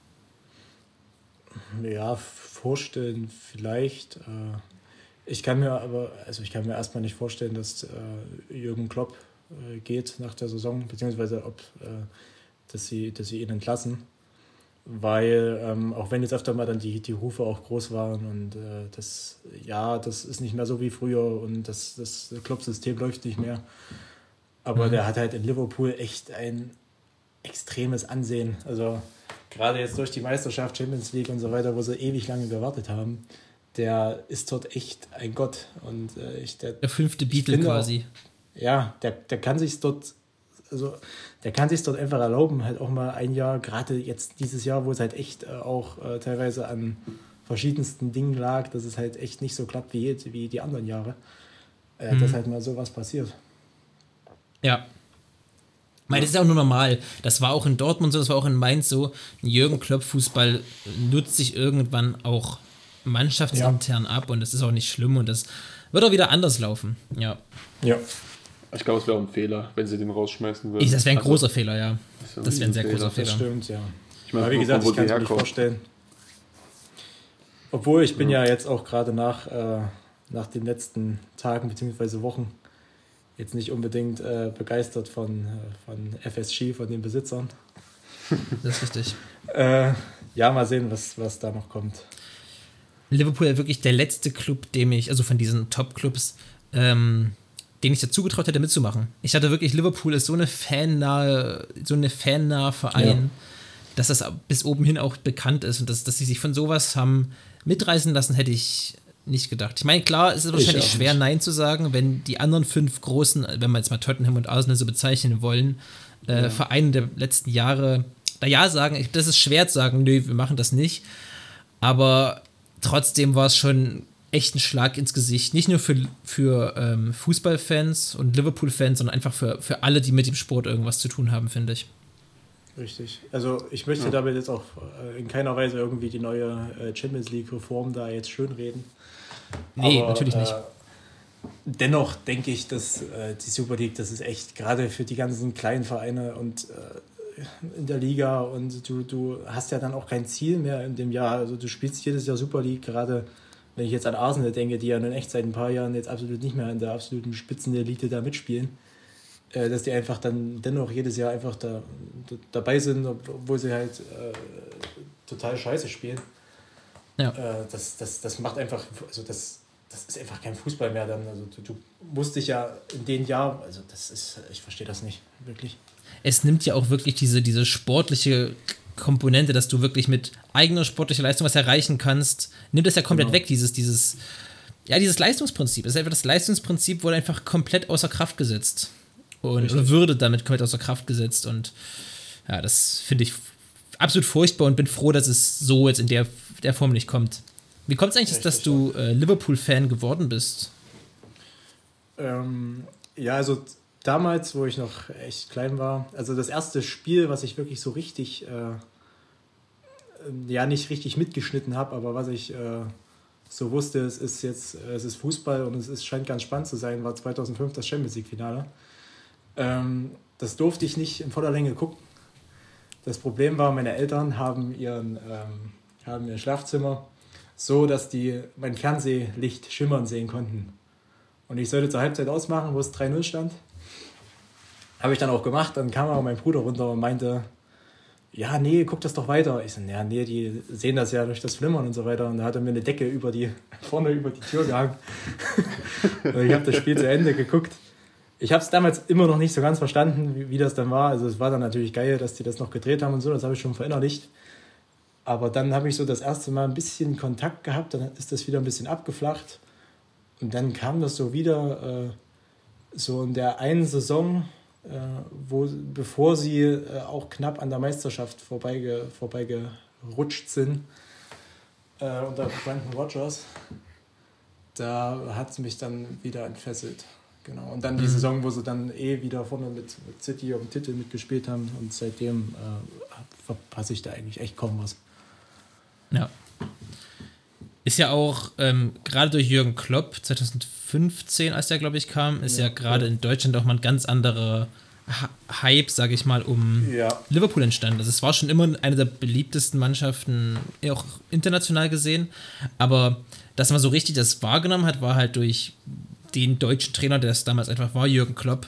Ja, vorstellen vielleicht. Ich kann mir erstmal nicht vorstellen, dass Jürgen Klopp geht nach der Saison, beziehungsweise dass sie ihn entlassen, weil auch wenn jetzt öfter mal dann die Rufe auch groß waren und das ist nicht mehr so wie früher und das Klopp-System läuft nicht mehr, aber der hat halt in Liverpool echt ein extremes Ansehen, also gerade jetzt durch die Meisterschaft, Champions League und so weiter, wo sie ewig lange gewartet haben, der ist dort echt ein Gott und der 5. Beatle quasi. Ja, der kann sich dort also der kann sich dort einfach erlauben, halt auch mal ein Jahr, gerade jetzt dieses Jahr, wo es halt echt auch teilweise an verschiedensten Dingen lag, dass es halt echt nicht so klappt wie die anderen Jahre, dass halt mal sowas passiert. Ja. Ich meine, das ist auch nur normal. Das war auch in Dortmund so, das war auch in Mainz so. Jürgen Klopp Fußball nutzt sich irgendwann auch mannschaftsintern ab und das ist auch nicht schlimm und das wird auch wieder anders laufen. Ja. Ich glaube, es wäre auch ein Fehler, wenn sie den rausschmeißen würden. Das wäre ein großer Fehler, ja. Das wäre ein sehr großer Fehler. Das stimmt, ja. Ich meine, aber wie gesagt, ich kann es mir nicht vorstellen. Obwohl, ich bin ja jetzt auch gerade nach den letzten Tagen bzw. Wochen jetzt nicht unbedingt begeistert von FSG, von den Besitzern. Das ist richtig. Ja, mal sehen, was da noch kommt. Liverpool ist wirklich der letzte Club, also von diesen Top-Clubs, den ich dazu getraut hätte mitzumachen. Ich hatte wirklich, Liverpool ist so eine fannahe Verein, dass das bis oben hin auch bekannt ist und dass sie sich von sowas haben mitreißen lassen, hätte ich nicht gedacht. Ich meine, klar, es ist wahrscheinlich schwer, Nein zu sagen, wenn die anderen 5 großen, wenn wir jetzt mal Tottenham und Arsenal so bezeichnen wollen, Vereine der letzten Jahre da ja sagen. Das ist schwer zu sagen, nö, wir machen das nicht. Aber trotzdem war es schon echt ein Schlag ins Gesicht. Nicht nur für Fußballfans und Liverpool-Fans, sondern einfach für alle, die mit dem Sport irgendwas zu tun haben, finde ich. Richtig. Also ich möchte damit jetzt auch in keiner Weise irgendwie die neue Champions League-Reform da jetzt schönreden. Nee, aber, natürlich nicht. Dennoch denke ich, dass die Super League, das ist echt gerade für die ganzen kleinen Vereine und in der Liga und du hast ja dann auch kein Ziel mehr in dem Jahr. Also du spielst jedes Jahr Super League, gerade wenn ich jetzt an Arsenal denke, die ja nun echt seit ein paar Jahren jetzt absolut nicht mehr in der absoluten Spitzenelite da mitspielen, dass die einfach dann dennoch jedes Jahr einfach dabei sind, obwohl sie halt total scheiße spielen. Ja. Das macht einfach, also das ist einfach kein Fußball mehr dann. Also du musst dich ja in den Jahren, also ich verstehe das nicht, wirklich. Es nimmt ja auch wirklich diese sportliche Komponente, dass du wirklich mit eigener sportlicher Leistung was erreichen kannst, nimmt es ja komplett weg, dieses Leistungsprinzip. Es ist einfach das Leistungsprinzip wurde einfach komplett außer Kraft gesetzt. Oder würde damit komplett außer Kraft gesetzt und ja, das finde ich absolut furchtbar und bin froh, dass es so jetzt in der Form nicht kommt. Wie kommt es eigentlich, dass du Liverpool-Fan geworden bist? Ja, also damals, wo ich noch echt klein war, also das erste Spiel, was ich wirklich so richtig, nicht richtig mitgeschnitten habe, aber was ich so wusste, es ist Fußball und es scheint ganz spannend zu sein, war 2005 das Champions League-Finale. Das durfte ich nicht in voller Länge gucken. Das Problem war, meine Eltern haben ihr Schlafzimmer so, dass die mein Fernsehlicht schimmern sehen konnten. Und ich sollte zur Halbzeit ausmachen, wo es 3-0 stand. Habe ich dann auch gemacht. Dann kam auch mein Bruder runter und meinte, ja, nee, guck das doch weiter. Ich so, ja, nee, die sehen das ja durch das Flimmern und so weiter. Und da hat er mir eine Decke vorne über die Tür gehangen. Und ich habe das Spiel zu Ende geguckt. Ich habe es damals immer noch nicht so ganz verstanden, wie das dann war. Also es war dann natürlich geil, dass die das noch gedreht haben und so. Das habe ich schon verinnerlicht. Aber dann habe ich so das erste Mal ein bisschen Kontakt gehabt. Dann ist das wieder ein bisschen abgeflacht. Und dann kam das so wieder so in der einen Saison, bevor sie auch knapp an der Meisterschaft vorbeigerutscht sind unter Brendan Rodgers. Da hat es mich dann wieder entfesselt. Genau. Und dann die Saison, wo sie dann wieder vorne mit City um den Titel mitgespielt haben. Und seitdem verpasse ich da eigentlich echt kaum was. Ja. Ist ja auch, gerade durch Jürgen Klopp 2015, als der, glaube ich, kam, ist ja gerade in Deutschland auch mal ein ganz anderer Hype, sage ich mal, Liverpool entstanden. Also es war schon immer eine der beliebtesten Mannschaften, auch international gesehen. Aber dass man so richtig das wahrgenommen hat, war halt durch den deutschen Trainer, der das damals einfach war, Jürgen Klopp,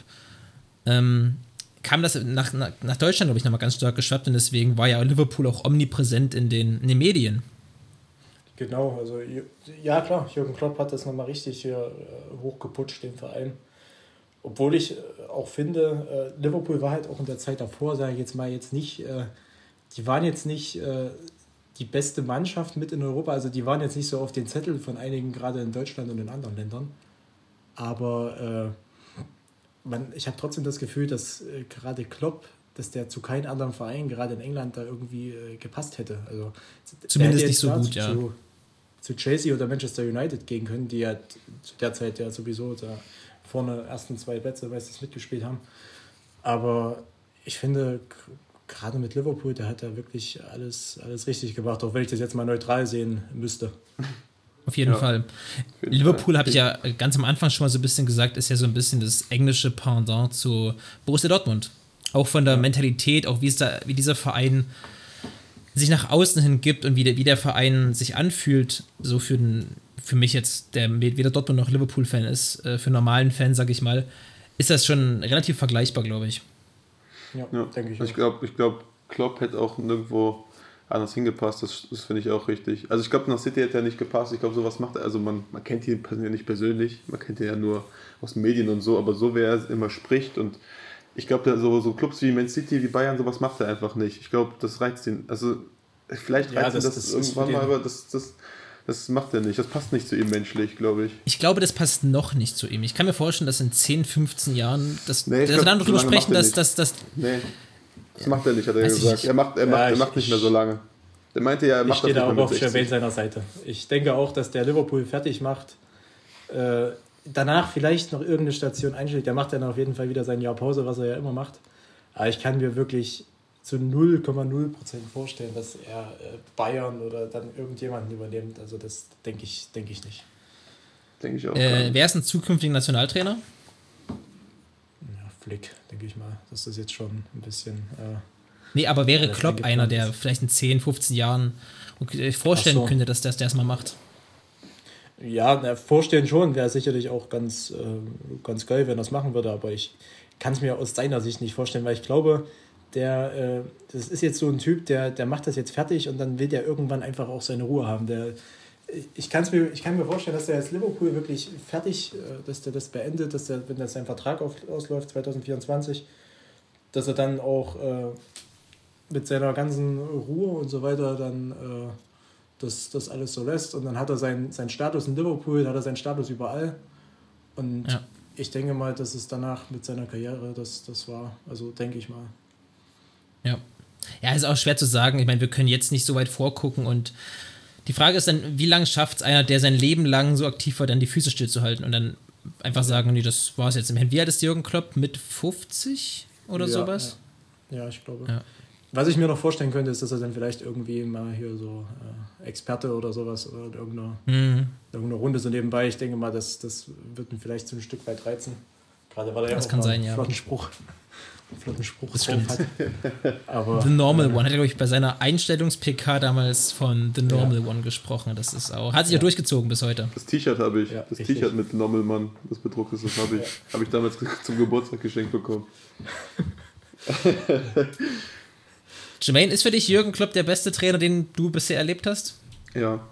kam das nach Deutschland, glaube ich, nochmal ganz stark geschwappt und deswegen war ja Liverpool auch omnipräsent in den Medien. Genau, also ja klar, Jürgen Klopp hat das nochmal richtig hier hochgeputscht, den Verein. Obwohl ich auch finde, Liverpool war halt auch in der Zeit davor, sage ich jetzt mal, jetzt nicht, die waren jetzt nicht die beste Mannschaft mit in Europa, also die waren jetzt nicht so auf den Zettel von einigen, gerade in Deutschland und in anderen Ländern. Aber ich habe trotzdem das Gefühl, dass gerade Klopp, dass der zu keinem anderen Verein, gerade in England, da irgendwie gepasst hätte. Also, zumindest nicht so gut, ja. Zu Chelsea oder Manchester United gehen können, die ja zu der Zeit ja sowieso da vorne ersten 2 Plätze meistens mitgespielt haben. Aber ich finde, gerade mit Liverpool, der hat da wirklich alles richtig gemacht, auch wenn ich das jetzt mal neutral sehen müsste. Auf jeden Fall. Liverpool, habe ich ja ganz am Anfang schon mal so ein bisschen gesagt, ist ja so ein bisschen das englische Pendant zu Borussia Dortmund. Auch von der Mentalität, auch wie dieser Verein sich nach außen hin gibt und wie der Verein sich anfühlt, so für mich jetzt, der weder Dortmund noch Liverpool-Fan ist, für einen normalen Fan, sag ich mal, ist das schon relativ vergleichbar, glaube ich. Ja, denke ich auch. Ich glaube, Klopp hätte auch nirgendwo anders hingepasst, das finde ich auch richtig. Also ich glaube, nach City hätte er nicht gepasst, ich glaube, sowas macht er, also man kennt ihn ja nicht persönlich, man kennt ihn ja nur aus den Medien und so, aber so, wie er immer spricht und ich glaube, so Clubs wie Man City, wie Bayern, sowas macht er einfach nicht. Ich glaube, das reizt ihn, also vielleicht reizt ihn das irgendwann mal, aber das macht er nicht, das passt nicht zu ihm menschlich, glaube ich. Ich glaube, das passt noch nicht zu ihm. Ich kann mir vorstellen, dass in 10, 15 Jahren, dass wir dann darüber sprechen, dass Nee, das macht er nicht, hat er gesagt. Er macht nicht mehr so lange. Er meinte ja, er macht das nicht mehr mit 60. Ich stehe da auch auf seiner Seite. Ich denke auch, dass der Liverpool fertig macht, danach vielleicht noch irgendeine Station einschlägt. Der macht dann auf jeden Fall wieder sein Jahr Pause, was er ja immer macht. Aber ich kann mir wirklich zu 0,0% vorstellen, dass er Bayern oder dann irgendjemanden übernimmt. Also das denke ich nicht. Denke ich auch. Wer ist ein zukünftiger Nationaltrainer? Ja, Flick, denke ich mal. Das ist jetzt schon ein bisschen... nee, aber wäre Klopp einer, der vielleicht in 10, 15 Jahren vorstellen könnte, dass der es mal macht? Ja, vorstellen schon, wäre sicherlich auch ganz geil, wenn er das machen würde, aber ich kann es mir aus seiner Sicht nicht vorstellen, weil ich glaube, das ist jetzt so ein Typ, der macht das jetzt fertig und dann will der irgendwann einfach auch seine Ruhe haben. Ich kann mir vorstellen, dass der jetzt Liverpool wirklich fertig, dass der das beendet, dass der, wenn das sein Vertrag ausläuft 2024, dass er dann auch mit seiner ganzen Ruhe und so weiter dann das alles so lässt und dann hat er seinen Status in Liverpool, hat er seinen Status überall und ich denke mal, dass es danach mit seiner Karriere das war, also denke ich mal. Ja, ist auch schwer zu sagen, ich meine, wir können jetzt nicht so weit vorgucken und die Frage ist dann, wie lange schafft es einer, der sein Leben lang so aktiv war, dann die Füße stillzuhalten und dann einfach sagen, nee, das war es jetzt. Wie alt ist Jürgen Klopp? Mit 50 oder sowas? Ja, ich glaube. Ja. Was ich mir noch vorstellen könnte, ist, dass er dann vielleicht irgendwie mal hier so Experte oder sowas oder in irgendeiner Runde so nebenbei. Ich denke mal, das wird ihn vielleicht so ein Stück weit reizen. Gerade weil er das ja kann auch sein, einen flotten Spruch drauf hat. Aber, The Normal One. Hat er, glaube ich, bei seiner Einstellungs-PK damals von The Normal One gesprochen. Das ist auch, hat sich ja durchgezogen bis heute. Das T-Shirt habe ich. Ja, das T-Shirt mit Normal Mann, das bedruckt ist, das habe ich. Habe ich damals zum Geburtstag geschenkt bekommen. Jermaine, ist für dich Jürgen Klopp der beste Trainer, den du bisher erlebt hast? Ja.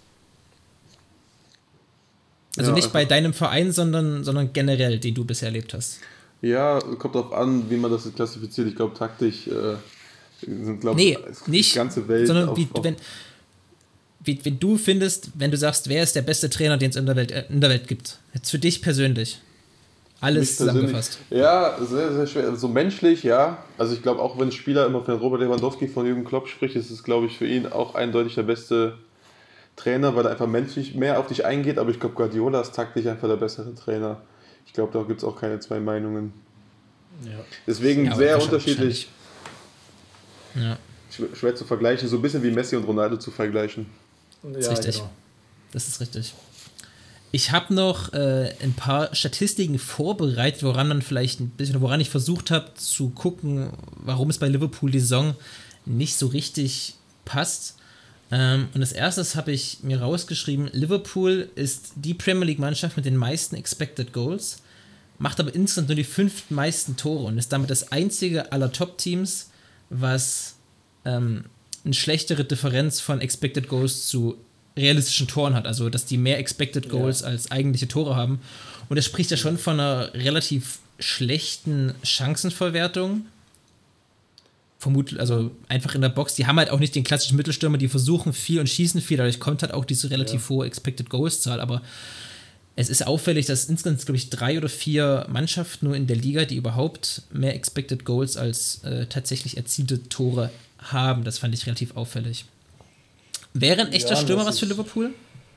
Also nicht bei deinem Verein, sondern generell, den du bisher erlebt hast. Ja, kommt drauf an, wie man das klassifiziert. Ich glaube, taktisch sind, glaube nicht, die ganze Welt. Sondern wenn du findest, wenn du sagst, wer ist der beste Trainer, den es in der Welt gibt. Jetzt für dich persönlich. Alles zusammengefasst. Ja, sehr, sehr schwer. So menschlich, ja. Also ich glaube, auch wenn ein Spieler immer von Robert Lewandowski, von Jürgen Klopp spricht, ist es, glaube ich, für ihn auch eindeutig der beste Trainer, weil er einfach menschlich mehr auf dich eingeht. Aber ich glaube, Guardiola ist taktisch einfach der bessere Trainer. Ich glaube, da gibt es auch keine zwei Meinungen. Ja. Deswegen sehr unterschiedlich. Ja. Schwer zu vergleichen, so ein bisschen wie Messi und Ronaldo zu vergleichen. Das ist richtig. Genau. Das ist richtig. Ich habe noch ein paar Statistiken vorbereitet, woran ich versucht habe zu gucken, warum es bei Liverpool die Saison nicht so richtig passt. Und als erstes habe ich mir rausgeschrieben, Liverpool ist die Premier League-Mannschaft mit den meisten Expected Goals, macht aber insgesamt nur die 5. meisten Tore und ist damit das einzige aller Top-Teams, was eine schlechtere Differenz von Expected Goals zu realistischen Toren hat, also dass die mehr Expected Goals als eigentliche Tore haben. Und das spricht ja schon von einer relativ schlechten Chancenverwertung. Vermutlich, also einfach in der Box. Die haben halt auch nicht den klassischen Mittelstürmer, die versuchen viel und schießen viel, dadurch kommt halt auch diese relativ hohe Expected Goals Zahl, aber Es ist auffällig, dass insgesamt, glaube ich, 3 oder 4 Mannschaften nur in der Liga, die überhaupt mehr Expected Goals als tatsächlich erzielte Tore haben. Das fand ich relativ auffällig. Wäre ein echter Stürmer was für Liverpool?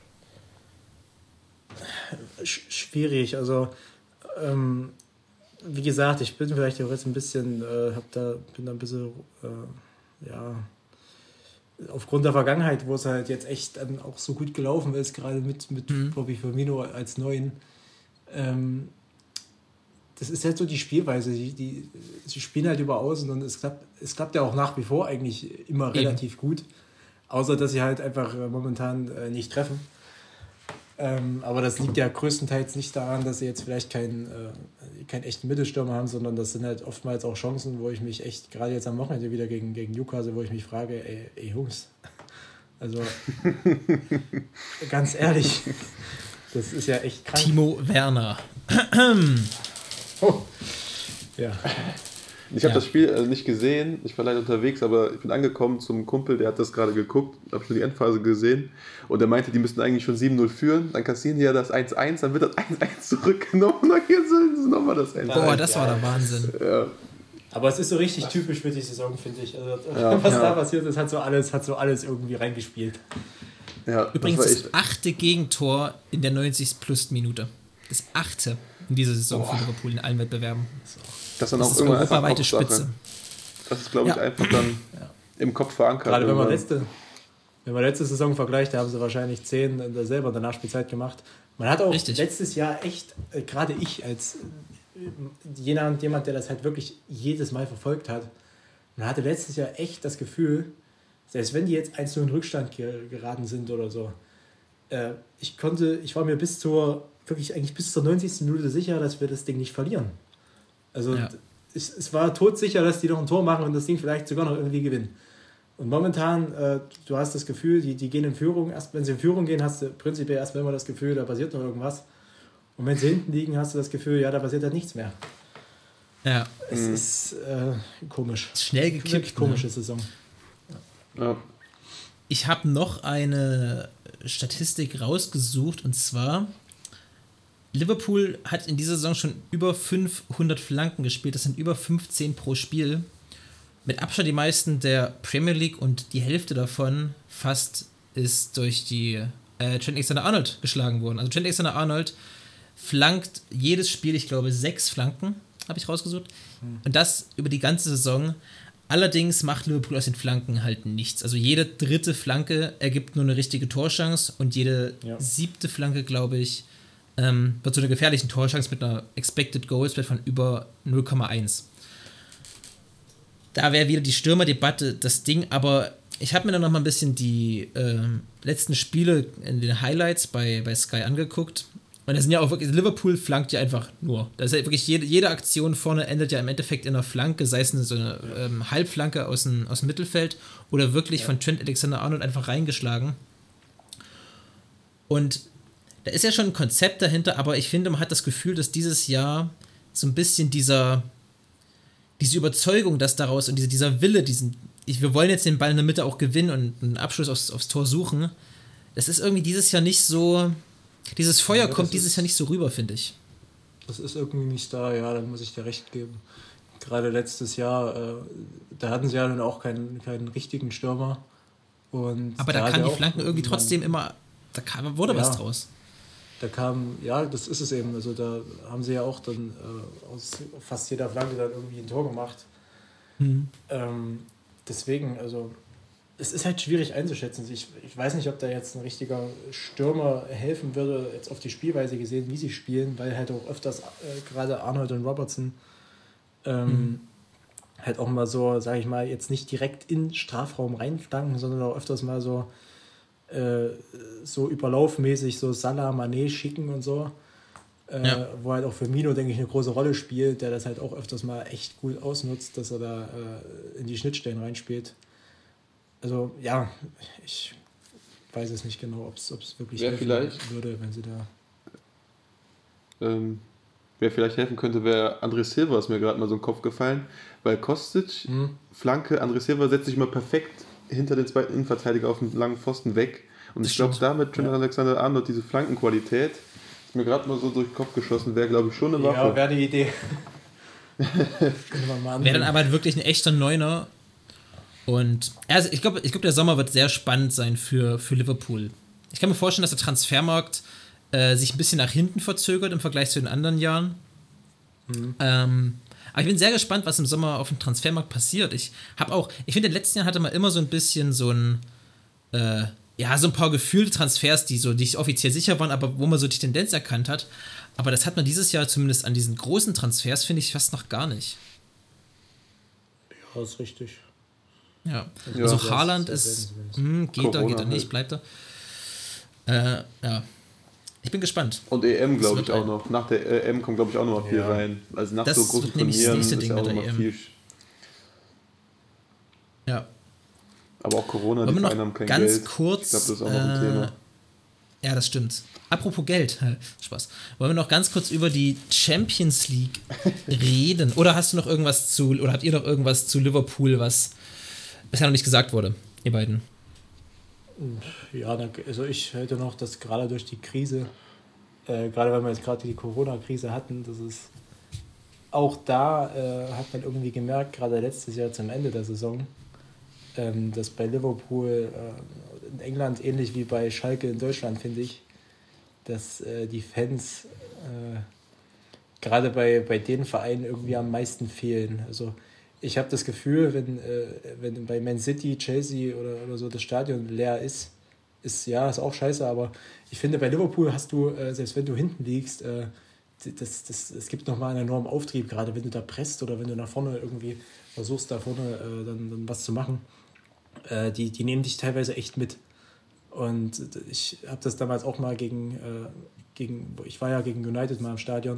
Schwierig, also wie gesagt, ich bin vielleicht auch jetzt ein bisschen, bin da ein bisschen, aufgrund der Vergangenheit, wo es halt jetzt echt auch so gut gelaufen ist, gerade mit Bobby Firmino als Neuen. Das ist halt so die Spielweise, sie spielen halt über Außen und es klappt ja auch nach wie vor eigentlich immer relativ gut, außer dass sie halt einfach momentan nicht treffen. Aber das liegt ja größtenteils nicht daran, dass sie jetzt vielleicht keinen echten Mittelstürmer haben, sondern das sind halt oftmals auch Chancen, wo ich mich echt, gerade jetzt am Wochenende wieder gegen Newcastle, wo ich mich frage, ey Jungs, also ganz ehrlich, das ist ja echt krank. Timo Werner. Oh. Ja. Ich habe das Spiel nicht gesehen, ich war leider unterwegs, aber ich bin angekommen zum Kumpel, der hat das gerade geguckt, habe schon die Endphase gesehen und er meinte, die müssten eigentlich schon 7-0 führen, dann kassieren die ja das 1-1, dann wird das 1-1 zurückgenommen und dann sollen sie nochmal das 1-1. Boah, das war der Wahnsinn. Ja. Aber es ist so richtig typisch für die Saison, finde ich. Also, was da passiert ist, hat so alles irgendwie reingespielt. Ja, übrigens das 8. Gegentor in der 90. plus Minute. Das 8. in dieser Saison für Liverpool in allen Wettbewerben. Das ist auch europaweite Spitze. Das ist, glaube ich, einfach dann im Kopf verankert. Gerade wenn man letzte Saison vergleicht, da haben sie wahrscheinlich 10 selber in der Nachspielzeit gemacht. Man hat auch letztes Jahr echt, gerade ich als jemand, der das halt wirklich jedes Mal verfolgt hat, man hatte letztes Jahr echt das Gefühl, selbst wenn die jetzt 1-0 in Rückstand geraten sind oder so, ich war mir bis zur 90. Minute sicher, dass wir das Ding nicht verlieren. Also es war todsicher, dass die noch ein Tor machen und das Ding vielleicht sogar noch irgendwie gewinnen. Und momentan, du hast das Gefühl, die gehen in Führung. Erst wenn sie in Führung gehen, hast du prinzipiell erstmal immer das Gefühl, da passiert noch irgendwas. Und wenn sie hinten liegen, hast du das Gefühl, da passiert halt nichts mehr. Ja. Es ist komisch. Schnell gekippt. Wirklich komische Saison. Ja. Ich habe noch eine Statistik rausgesucht und zwar Liverpool hat in dieser Saison schon über 500 Flanken gespielt. Das sind über 15 pro Spiel. Mit Abstand die meisten der Premier League und die Hälfte davon fast ist durch die Trent Alexander-Arnold geschlagen worden. Also Trent Alexander-Arnold flankt jedes Spiel, ich glaube 6 Flanken, habe ich rausgesucht. Und das über die ganze Saison. Allerdings macht Liverpool aus den Flanken halt nichts. Also jede 3. Flanke ergibt nur eine richtige Torchance und jede 7. Flanke, glaube ich, wird zu einer gefährlichen Torchance mit einer Expected Goals von über 0,1. Da wäre wieder die Stürmerdebatte das Ding, aber ich habe mir dann noch mal ein bisschen die letzten Spiele in den Highlights bei Sky angeguckt und da sind ja auch wirklich, Liverpool flankt ja einfach nur. Da ist ja wirklich jede Aktion vorne endet ja im Endeffekt in einer Flanke, sei es so eine Halbflanke aus dem Mittelfeld oder wirklich von Trent Alexander-Arnold einfach reingeschlagen. Und da ist ja schon ein Konzept dahinter, aber ich finde, man hat das Gefühl, dass dieses Jahr so ein bisschen diese Überzeugung, dass daraus und dieser Wille, wir wollen jetzt den Ball in der Mitte auch gewinnen und einen Abschluss aufs Tor suchen, das ist irgendwie dieses Jahr nicht so, dieses Feuer kommt dieses Jahr nicht so rüber, finde ich. Das ist irgendwie nicht da, ja, da muss ich dir recht geben. Gerade letztes Jahr, da hatten sie ja dann auch keinen richtigen Stürmer. Aber da kamen die Flanken irgendwie trotzdem immer, wurde was draus. Da kam, das ist es eben, also da haben sie ja auch dann aus fast jeder Flanke dann irgendwie ein Tor gemacht. Deswegen, also es ist halt schwierig einzuschätzen. Ich weiß nicht, ob da jetzt ein richtiger Stürmer helfen würde, jetzt auf die Spielweise gesehen, wie sie spielen, weil halt auch öfters gerade Arnold und Robertson halt auch mal so, sage ich mal, jetzt nicht direkt in den Strafraum reinflanken, sondern auch öfters mal so überlaufmäßig so Salah, Mané schicken und so, wo halt auch Firmino, denke ich, eine große Rolle spielt, der das halt auch öfters mal echt gut ausnutzt, dass er da in die Schnittstellen reinspielt. Also ja, ich weiß es nicht genau, ob es wirklich helfen würde, wenn sie da... Wer vielleicht helfen könnte, wäre André Silva, ist mir gerade mal so im Kopf gefallen, weil Kostic, Flanke, André Silva setzt sich immer perfekt hinter den zweiten Innenverteidiger auf den langen Pfosten weg. Und ich glaube, damit Trent Alexander-Arnold diese Flankenqualität, Ist mir gerade mal so durch den Kopf geschossen, wäre glaube ich schon eine Waffe. Ja, wäre die Idee. Wäre dann aber wirklich ein echter Neuner. Und also ich glaube, der Sommer wird sehr spannend sein für Liverpool. Ich kann mir vorstellen, dass der Transfermarkt sich ein bisschen nach hinten verzögert im Vergleich zu den anderen Jahren. Aber ich bin sehr gespannt, was im Sommer auf dem Transfermarkt passiert. Ich finde, in den letzten Jahren hatte man immer so ein bisschen so ein paar gefühlte Transfers, die nicht offiziell sicher waren, aber wo man so die Tendenz erkannt hat. Aber das hat man dieses Jahr zumindest an diesen großen Transfers, finde ich, fast noch gar nicht. Ja, ist richtig. Ja, also Haaland geht er nicht, bleibt er. Ja. Ich bin gespannt. Und EM, glaube ich, auch noch. Nach der EM kommt, glaube ich, auch noch mal viel rein. Also nach so großen Turnieren ist auch noch mal viel. Ja. Aber auch Corona, die Vereine haben kein Geld. Ganz kurz. Ich glaube, das ist auch noch ein Thema. Ja, das stimmt. Apropos Geld. Spaß. Wollen wir noch ganz kurz über die Champions League reden? Oder habt ihr noch irgendwas zu Liverpool, was bisher noch nicht gesagt wurde, ihr beiden? Ja, also ich halte noch, dass gerade durch die Krise, gerade weil wir jetzt gerade die Corona-Krise hatten, das ist auch da, hat man irgendwie gemerkt, gerade letztes Jahr zum Ende der Saison, dass bei Liverpool in England, ähnlich wie bei Schalke in Deutschland, finde ich, dass die Fans gerade bei den Vereinen irgendwie am meisten fehlen. Also ich habe das Gefühl, wenn bei Man City, Chelsea oder so das Stadion leer ist auch scheiße, aber ich finde, bei Liverpool hast du, selbst wenn du hinten liegst, es gibt nochmal einen enormen Auftrieb, gerade wenn du da presst oder wenn du nach vorne irgendwie versuchst, da vorne dann was zu machen. Die nehmen dich teilweise echt mit. Und ich habe das damals auch mal ich war ja gegen United mal im Stadion,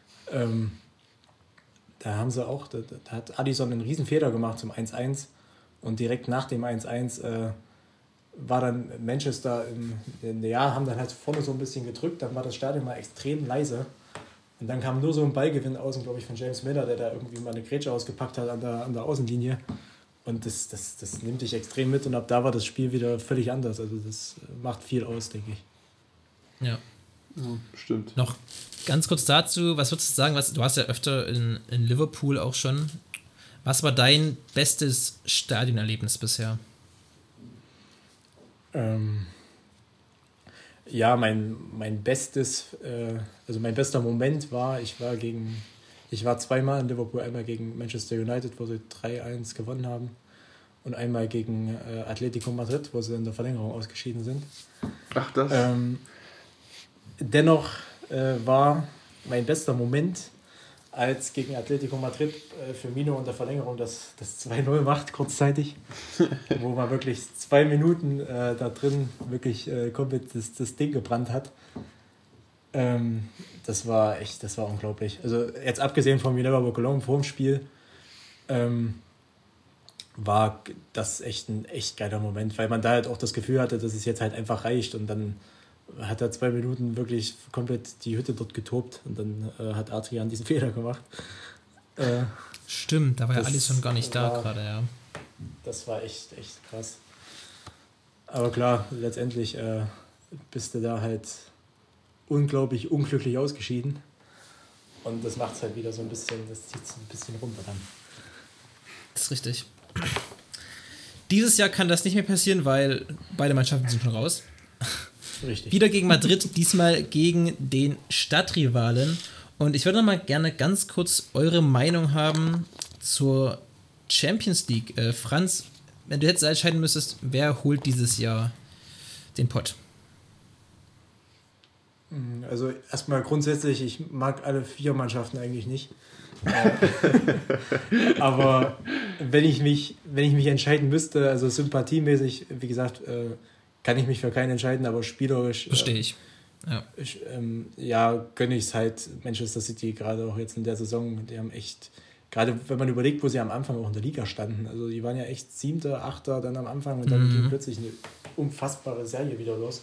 da haben sie auch, da hat Alisson einen riesen Fehler gemacht zum 1-1 und direkt nach dem 1-1 war dann Manchester haben dann halt vorne so ein bisschen gedrückt, dann war das Stadion mal extrem leise und dann kam nur so ein Ballgewinn außen, glaube ich, von James Milner, der da irgendwie mal eine Grätsche ausgepackt hat an der Außenlinie und das nimmt dich extrem mit und ab da war das Spiel wieder völlig anders, also das macht viel aus, denke ich. Ja. Ja, stimmt. Noch ganz kurz dazu, was würdest du sagen, du hast ja öfter in Liverpool auch schon, was war dein bestes Stadionerlebnis bisher? Ja, mein bestes, also mein bester Moment war, ich war zweimal in Liverpool, einmal gegen Manchester United, wo sie 3-1 gewonnen haben und einmal gegen Atletico Madrid, wo sie in der Verlängerung ausgeschieden sind. Ach, das? Dennoch war mein bester Moment, als gegen Atletico Madrid Firmino in der Verlängerung das 2-0 macht, kurzzeitig, wo man wirklich 2 Minuten da drin wirklich komplett das Ding gebrannt hat. Das war unglaublich. Also jetzt abgesehen vom Never Walk Alone vor dem Spiel, war das ein echt geiler Moment, weil man da halt auch das Gefühl hatte, dass es jetzt halt einfach reicht und dann hat er 2 Minuten wirklich komplett die Hütte dort getobt und dann hat Adrian diesen Fehler gemacht. Stimmt, da war ja Alisson gar nicht da gerade, ja. Das war echt krass. Aber klar, letztendlich bist du da halt unglaublich unglücklich ausgeschieden und das macht es halt wieder so ein bisschen, das zieht es ein bisschen runter dann. Das ist richtig. Dieses Jahr kann das nicht mehr passieren, weil beide Mannschaften sind schon raus. Richtig. Wieder gegen Madrid, diesmal gegen den Stadtrivalen. Und ich würde noch mal gerne ganz kurz eure Meinung haben zur Champions League. Franz, wenn du jetzt entscheiden müsstest, wer holt dieses Jahr den Pott? Also erstmal grundsätzlich, ich mag alle 4 Mannschaften eigentlich nicht. Aber wenn ich mich entscheiden müsste, also sympathiemäßig, wie gesagt, kann ich mich für keinen entscheiden, aber spielerisch verstehe ich. Ja. Gönne ich es halt Manchester City, gerade auch jetzt in der Saison. Die haben echt, gerade wenn man überlegt, wo sie am Anfang auch in der Liga standen, also die waren ja echt 7., 8. dann am Anfang und dann ging plötzlich eine unfassbare Serie wieder los.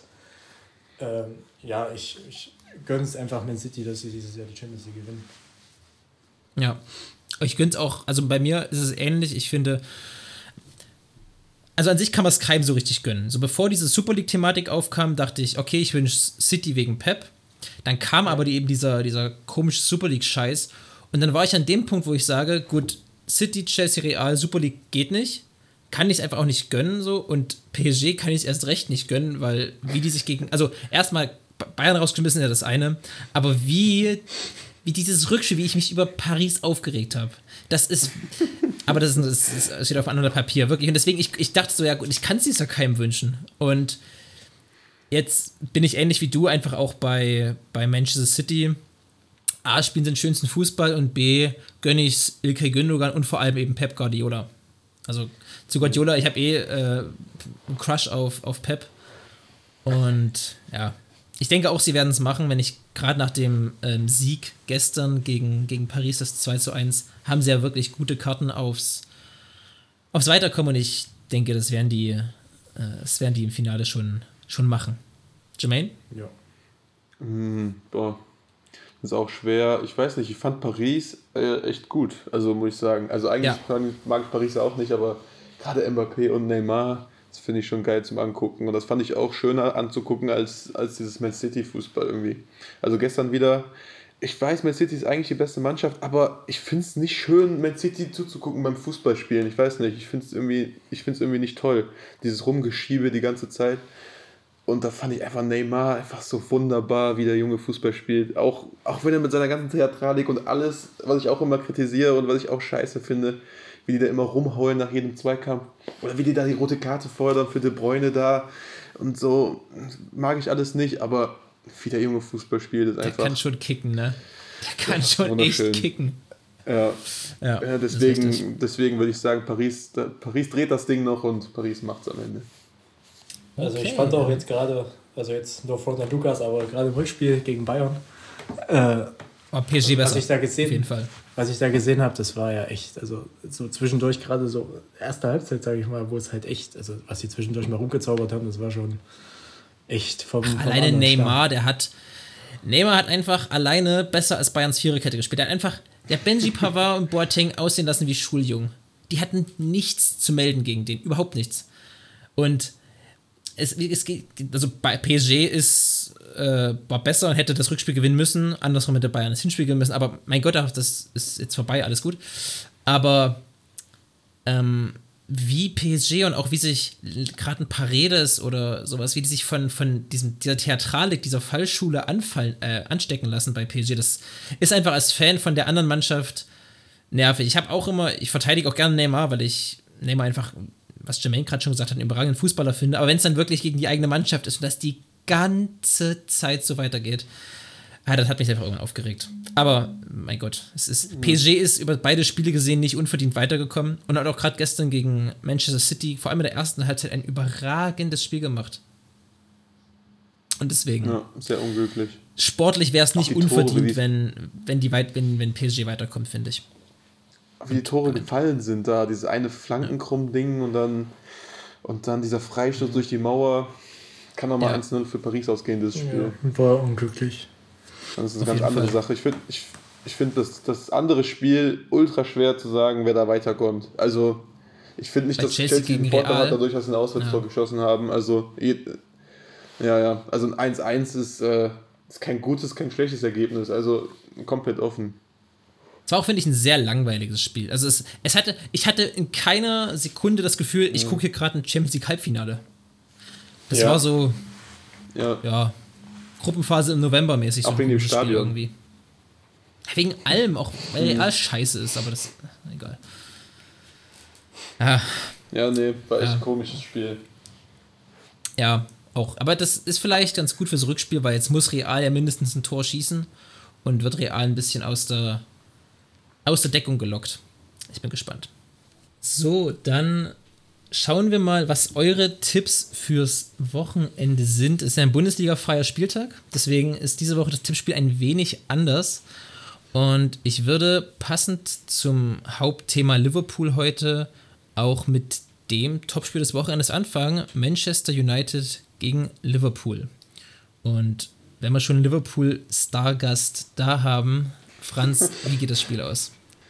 Ich gönne es einfach Man City, dass sie dieses Jahr die Champions League gewinnen. Ja, ich gönne es auch, also bei mir ist es ähnlich, ich finde, also an sich kann man es keinem so richtig gönnen. So bevor diese Super League-Thematik aufkam, dachte ich, okay, ich wünsche City wegen Pep. Dann kam aber eben dieser komische Super League-Scheiß. Und dann war ich an dem Punkt, wo ich sage, gut, City, Chelsea, Real, Super League geht nicht. Kann ich es einfach auch nicht gönnen so. Und PSG kann ich es erst recht nicht gönnen, weil wie die sich gegen... Also erstmal Bayern rausgeschmissen, ja das eine. Aber wie dieses Rückspiel, wie ich mich über Paris aufgeregt habe. Das ist... Aber das steht auf einem anderen Papier, wirklich. Und deswegen, ich dachte so, ja gut, ich kann es ja keinem wünschen. Und jetzt bin ich ähnlich wie du, einfach auch bei Manchester City. A, spielen sie den schönsten Fußball und B, gönne ich es Ilkay Gündogan und vor allem eben Pep Guardiola. Also zu Guardiola, ich habe einen Crush auf Pep. Und ja, ich denke auch, sie werden es machen, wenn ich gerade nach dem Sieg gestern gegen Paris, das 2:1, haben sie ja wirklich gute Karten aufs Weiterkommen und ich denke, das werden die im Finale schon machen. Jermaine? Ja. Das ist auch schwer. Ich weiß nicht, ich fand Paris echt gut, also muss ich sagen. Also eigentlich mag ich Paris auch nicht, aber gerade Mbappé und Neymar, das finde ich schon geil zum Angucken. Und das fand ich auch schöner anzugucken als dieses Man City Fußball irgendwie. Also gestern wieder, ich weiß, Man City ist eigentlich die beste Mannschaft, aber ich finde es nicht schön, Man City zuzugucken beim Fußballspielen. Ich weiß nicht, ich finde es irgendwie nicht toll. Dieses Rumgeschiebe die ganze Zeit. Und da fand ich einfach Neymar einfach so wunderbar, wie der junge Fußball spielt. Auch wenn er mit seiner ganzen Theatralik und alles, was ich auch immer kritisiere und was ich auch scheiße finde, wie die da immer rumheulen nach jedem Zweikampf. Oder wie die da die rote Karte fordern für De Bruyne da. Und so mag ich alles nicht, aber wie der junge Fußball spielt, ist einfach... Der kann schon kicken, ne? Der kann schon echt kicken. Ja, deswegen würde ich sagen, Paris dreht das Ding noch und Paris macht es am Ende. Also ich fand auch jetzt gerade, also jetzt nur vor der Lukas, aber gerade im Rückspiel gegen Bayern, PSG besser, auf jeden Fall. Was ich da gesehen habe, das war ja echt, also so zwischendurch gerade so erste Halbzeit, sage ich mal, wo es halt echt, also was sie zwischendurch mal rumgezaubert haben, das war schon echt vom alleine Neymar, Neymar hat einfach alleine besser als Bayerns Viererkette gespielt. Der hat einfach, der Benji Pavard und Boateng aussehen lassen wie Schuljungen. Die hatten nichts zu melden gegen den, überhaupt nichts. Und es geht, also bei PSG war besser und hätte das Rückspiel gewinnen müssen, andersrum hätte Bayern das Hinspiel gewinnen müssen, aber mein Gott, das ist jetzt vorbei, alles gut. Aber wie PSG und auch wie sich gerade ein Paredes oder sowas, wie die sich von dieser Theatralik, dieser Fallschule anstecken lassen bei PSG, das ist einfach als Fan von der anderen Mannschaft nervig. Ich verteidige auch gerne Neymar, weil ich Neymar einfach, was Jermaine gerade schon gesagt hat, einen überragenden Fußballer finde, aber wenn es dann wirklich gegen die eigene Mannschaft ist und das die ganze Zeit so weitergeht, das hat mich einfach irgendwann aufgeregt. Aber, mein Gott, PSG ist über beide Spiele gesehen nicht unverdient weitergekommen und hat auch gerade gestern gegen Manchester City, vor allem in der ersten Halbzeit, ein überragendes Spiel gemacht. Und deswegen... Ja, sehr unglücklich. Sportlich wäre es nicht unverdient, wenn PSG weiterkommt, finde ich. Wie die Tore gefallen sind da, dieses eine Flankenkrumm-Ding und dann dieser Freistoß durch die Mauer. Kann doch mal 1-0 für Paris ausgehen, das Spiel. Ja, war unglücklich. Das ist eine ganz andere Sache. Ich finde das andere Spiel ultra schwer zu sagen, wer da weiterkommt. Also, ich finde nicht, dass Chelsea einen Vorteil hat, dadurch, dass sie ein Auswärtstor geschossen haben. Also, also ein 1-1 ist kein gutes, kein schlechtes Ergebnis. Also, komplett offen. Es war auch, finde ich, ein sehr langweiliges Spiel. Also, ich hatte in keiner Sekunde das Gefühl, ich gucke hier gerade ein Champions League Halbfinale. Das war so, Gruppenphase im November mäßig. Auch so wegen dem Stadion. Irgendwie. Wegen allem, auch weil Real scheiße ist, aber das, egal. Ja, nee, war echt ein komisches Spiel. Ja, auch. Aber das ist vielleicht ganz gut fürs Rückspiel, weil jetzt muss Real ja mindestens ein Tor schießen und wird Real ein bisschen aus der Deckung gelockt. Ich bin gespannt. So, dann schauen wir mal, was eure Tipps fürs Wochenende sind. Es ist ja ein Bundesliga-freier Spieltag, deswegen ist diese Woche das Tippspiel ein wenig anders. Und ich würde passend zum Hauptthema Liverpool heute auch mit dem Topspiel des Wochenendes anfangen: Manchester United gegen Liverpool. Und wenn wir schon einen Liverpool-Stargast da haben, Franz, wie geht das Spiel aus?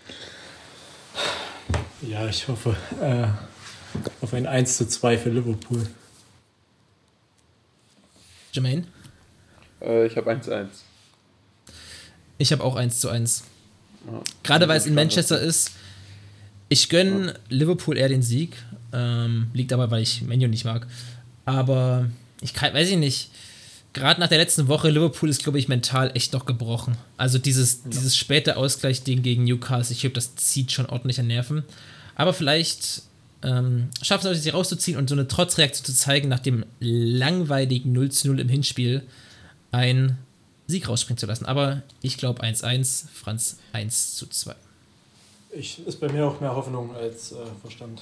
Ja, ich hoffe auf ein 1:2 für Liverpool. Jermaine? Ich habe 1-1. Ich habe auch 1:1. Ja. Gerade weil es in Manchester ist. Ich gönne Liverpool eher den Sieg. Liegt aber, weil ich Man U nicht mag. Aber weiß ich nicht. Gerade nach der letzten Woche, Liverpool ist, glaube ich, mental echt noch gebrochen. Also dieses späte Ausgleich-Ding gegen Newcastle, ich glaube, das zieht schon ordentlich an Nerven. Aber vielleicht schaffen sie es, sich rauszuziehen und so eine Trotzreaktion zu zeigen, nach dem langweiligen 0:0 im Hinspiel einen Sieg rausspringen zu lassen. Aber ich glaube 1:1, Franz 1:2. Ist bei mir auch mehr Hoffnung als Verstand.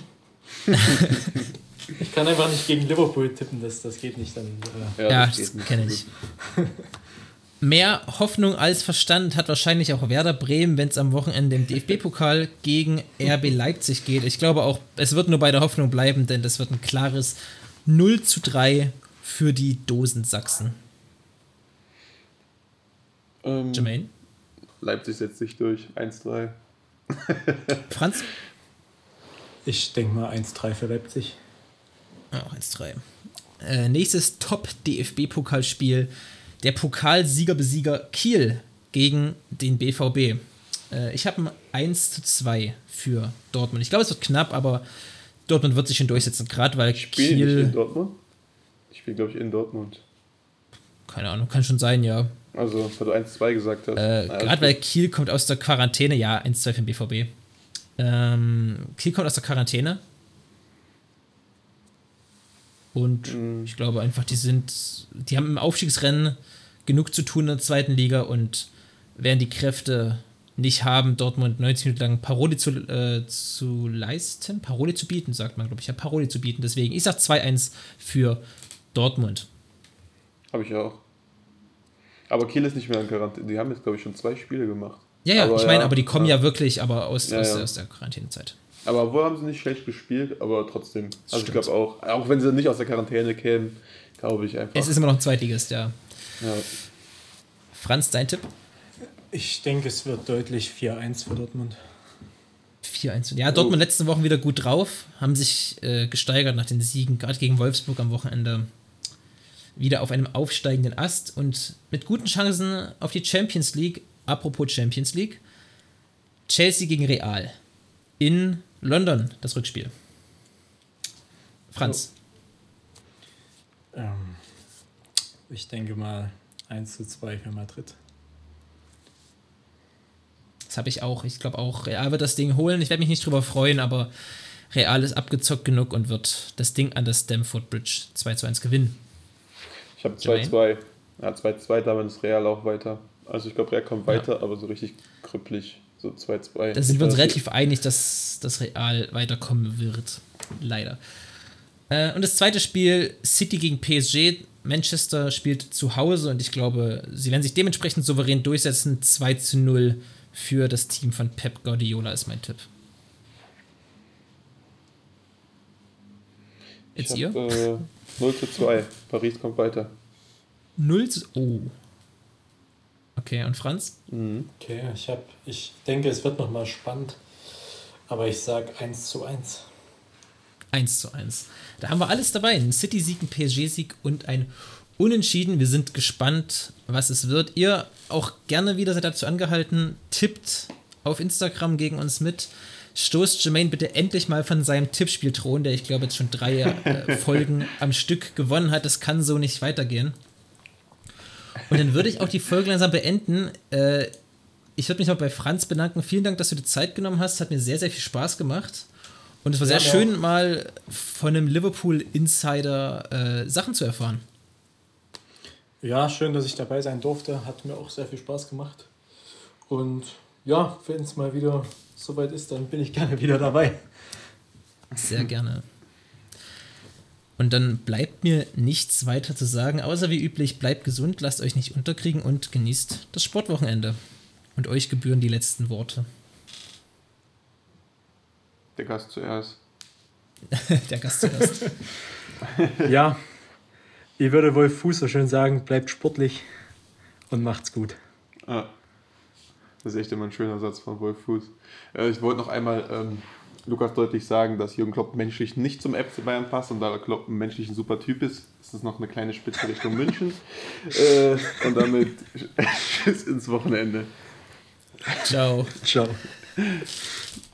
Ich kann einfach nicht gegen Liverpool tippen, das geht nicht. Dann, ja, das kenne ich. Mehr Hoffnung als Verstand hat wahrscheinlich auch Werder Bremen, wenn es am Wochenende im DFB-Pokal gegen RB Leipzig geht. Ich glaube auch, es wird nur bei der Hoffnung bleiben, denn das wird ein klares 0:3 für die Dosensachsen. Jermaine? Leipzig setzt sich durch, 1:3. Franz? Ich denke mal 1:3 für Leipzig. Auch 1:3. Nächstes Top-DFB-Pokalspiel. Der Pokalsieger-Besieger Kiel gegen den BVB. Ich habe ein 1:2 für Dortmund. Ich glaube, es wird knapp, aber Dortmund wird sich schon durchsetzen. Gerade weil Kiel... Nicht in Dortmund? Ich spiele, glaube ich, in Dortmund. Keine Ahnung, kann schon sein, ja. Also, weil du 1:2 gesagt hast. Gerade weil Kiel kommt aus der Quarantäne. Ja, 1:2 für den BVB. Kiel kommt aus der Quarantäne. Und ich glaube einfach, die haben im Aufstiegsrennen genug zu tun in der zweiten Liga und werden die Kräfte nicht haben, Dortmund 90 Minuten lang Paroli zu leisten. Paroli zu bieten, sagt man, glaube ich. Ja, Paroli zu bieten. Deswegen, ich sage 2:1 für Dortmund. Habe ich auch. Aber Kiel ist nicht mehr in Quarantäne. Die haben jetzt, glaube ich, schon 2 Spiele gemacht. Ja, aber, ich meine, aber die kommen ja wirklich aus der Quarantänezeit. Aber wohl haben sie nicht schlecht gespielt, aber trotzdem. Also ich glaube auch wenn sie nicht aus der Quarantäne kämen, glaube ich einfach. Es ist immer noch ein Zweitligist, ja. Ja. Franz, dein Tipp? Ich denke, es wird deutlich 4:1 für Dortmund. 4:1. Ja, Dortmund letzte Woche wieder gut drauf, haben sich gesteigert nach den Siegen, gerade gegen Wolfsburg am Wochenende. Wieder auf einem aufsteigenden Ast und mit guten Chancen auf die Champions League. Apropos Champions League. Chelsea gegen Real. In London, das Rückspiel. Franz. Ich denke mal 1:2 für Madrid. Das habe ich auch. Ich glaube auch, Real wird das Ding holen. Ich werde mich nicht drüber freuen, aber Real ist abgezockt genug und wird das Ding an der Stamford Bridge 2:1 gewinnen. Ich habe 2:2. Ja, 2:2, damit ist Real auch weiter. Also ich glaube, Real kommt weiter, aber so richtig krüppelig. So 2:2. Da sind wir uns relativ einig, dass das Real weiterkommen wird. Leider. Und das zweite Spiel, City gegen PSG. Manchester spielt zu Hause und ich glaube, sie werden sich dementsprechend souverän durchsetzen. 2:0 für das Team von Pep Guardiola ist mein Tipp. Jetzt ihr? 0:2. Paris kommt weiter. 0:0. Oh. Okay, und Franz? Okay, ich denke, es wird nochmal spannend, aber ich sage 1:1. 1:1. Da haben wir alles dabei. Ein City-Sieg, ein PSG-Sieg und ein Unentschieden. Wir sind gespannt, was es wird. Ihr auch gerne wieder seid dazu angehalten. Tippt auf Instagram gegen uns mit. Stoßt Jermaine bitte endlich mal von seinem Tippspielthron, der ich glaube jetzt schon 3 Folgen am Stück gewonnen hat. Das kann so nicht weitergehen. Und dann würde ich auch die Folge langsam beenden. Ich würde mich noch bei Franz bedanken. Vielen Dank, dass du dir Zeit genommen hast. Hat mir sehr, sehr viel Spaß gemacht. Und es war sehr schön, mal von einem Liverpool-Insider Sachen zu erfahren. Ja, schön, dass ich dabei sein durfte. Hat mir auch sehr viel Spaß gemacht. Und ja, wenn es mal wieder soweit ist, dann bin ich gerne wieder dabei. Sehr gerne. Und dann bleibt mir nichts weiter zu sagen, außer wie üblich, bleibt gesund, lasst euch nicht unterkriegen und genießt das Sportwochenende. Und euch gebühren die letzten Worte. Der Gast zuerst. Der Gast zuerst. Ja, ich würde Wolf Fuß so schön sagen, bleibt sportlich und macht's gut. Ah, das ist echt immer ein schöner Satz von Wolf Fuß. Ich wollte noch einmal Lukas deutlich sagen, dass Jürgen Klopp menschlich nicht zum FC Bayern passt und da Klopp menschlich ein super Typ ist es noch eine kleine Spitze Richtung München. Und damit tschüss ins Wochenende. Ciao. Ciao.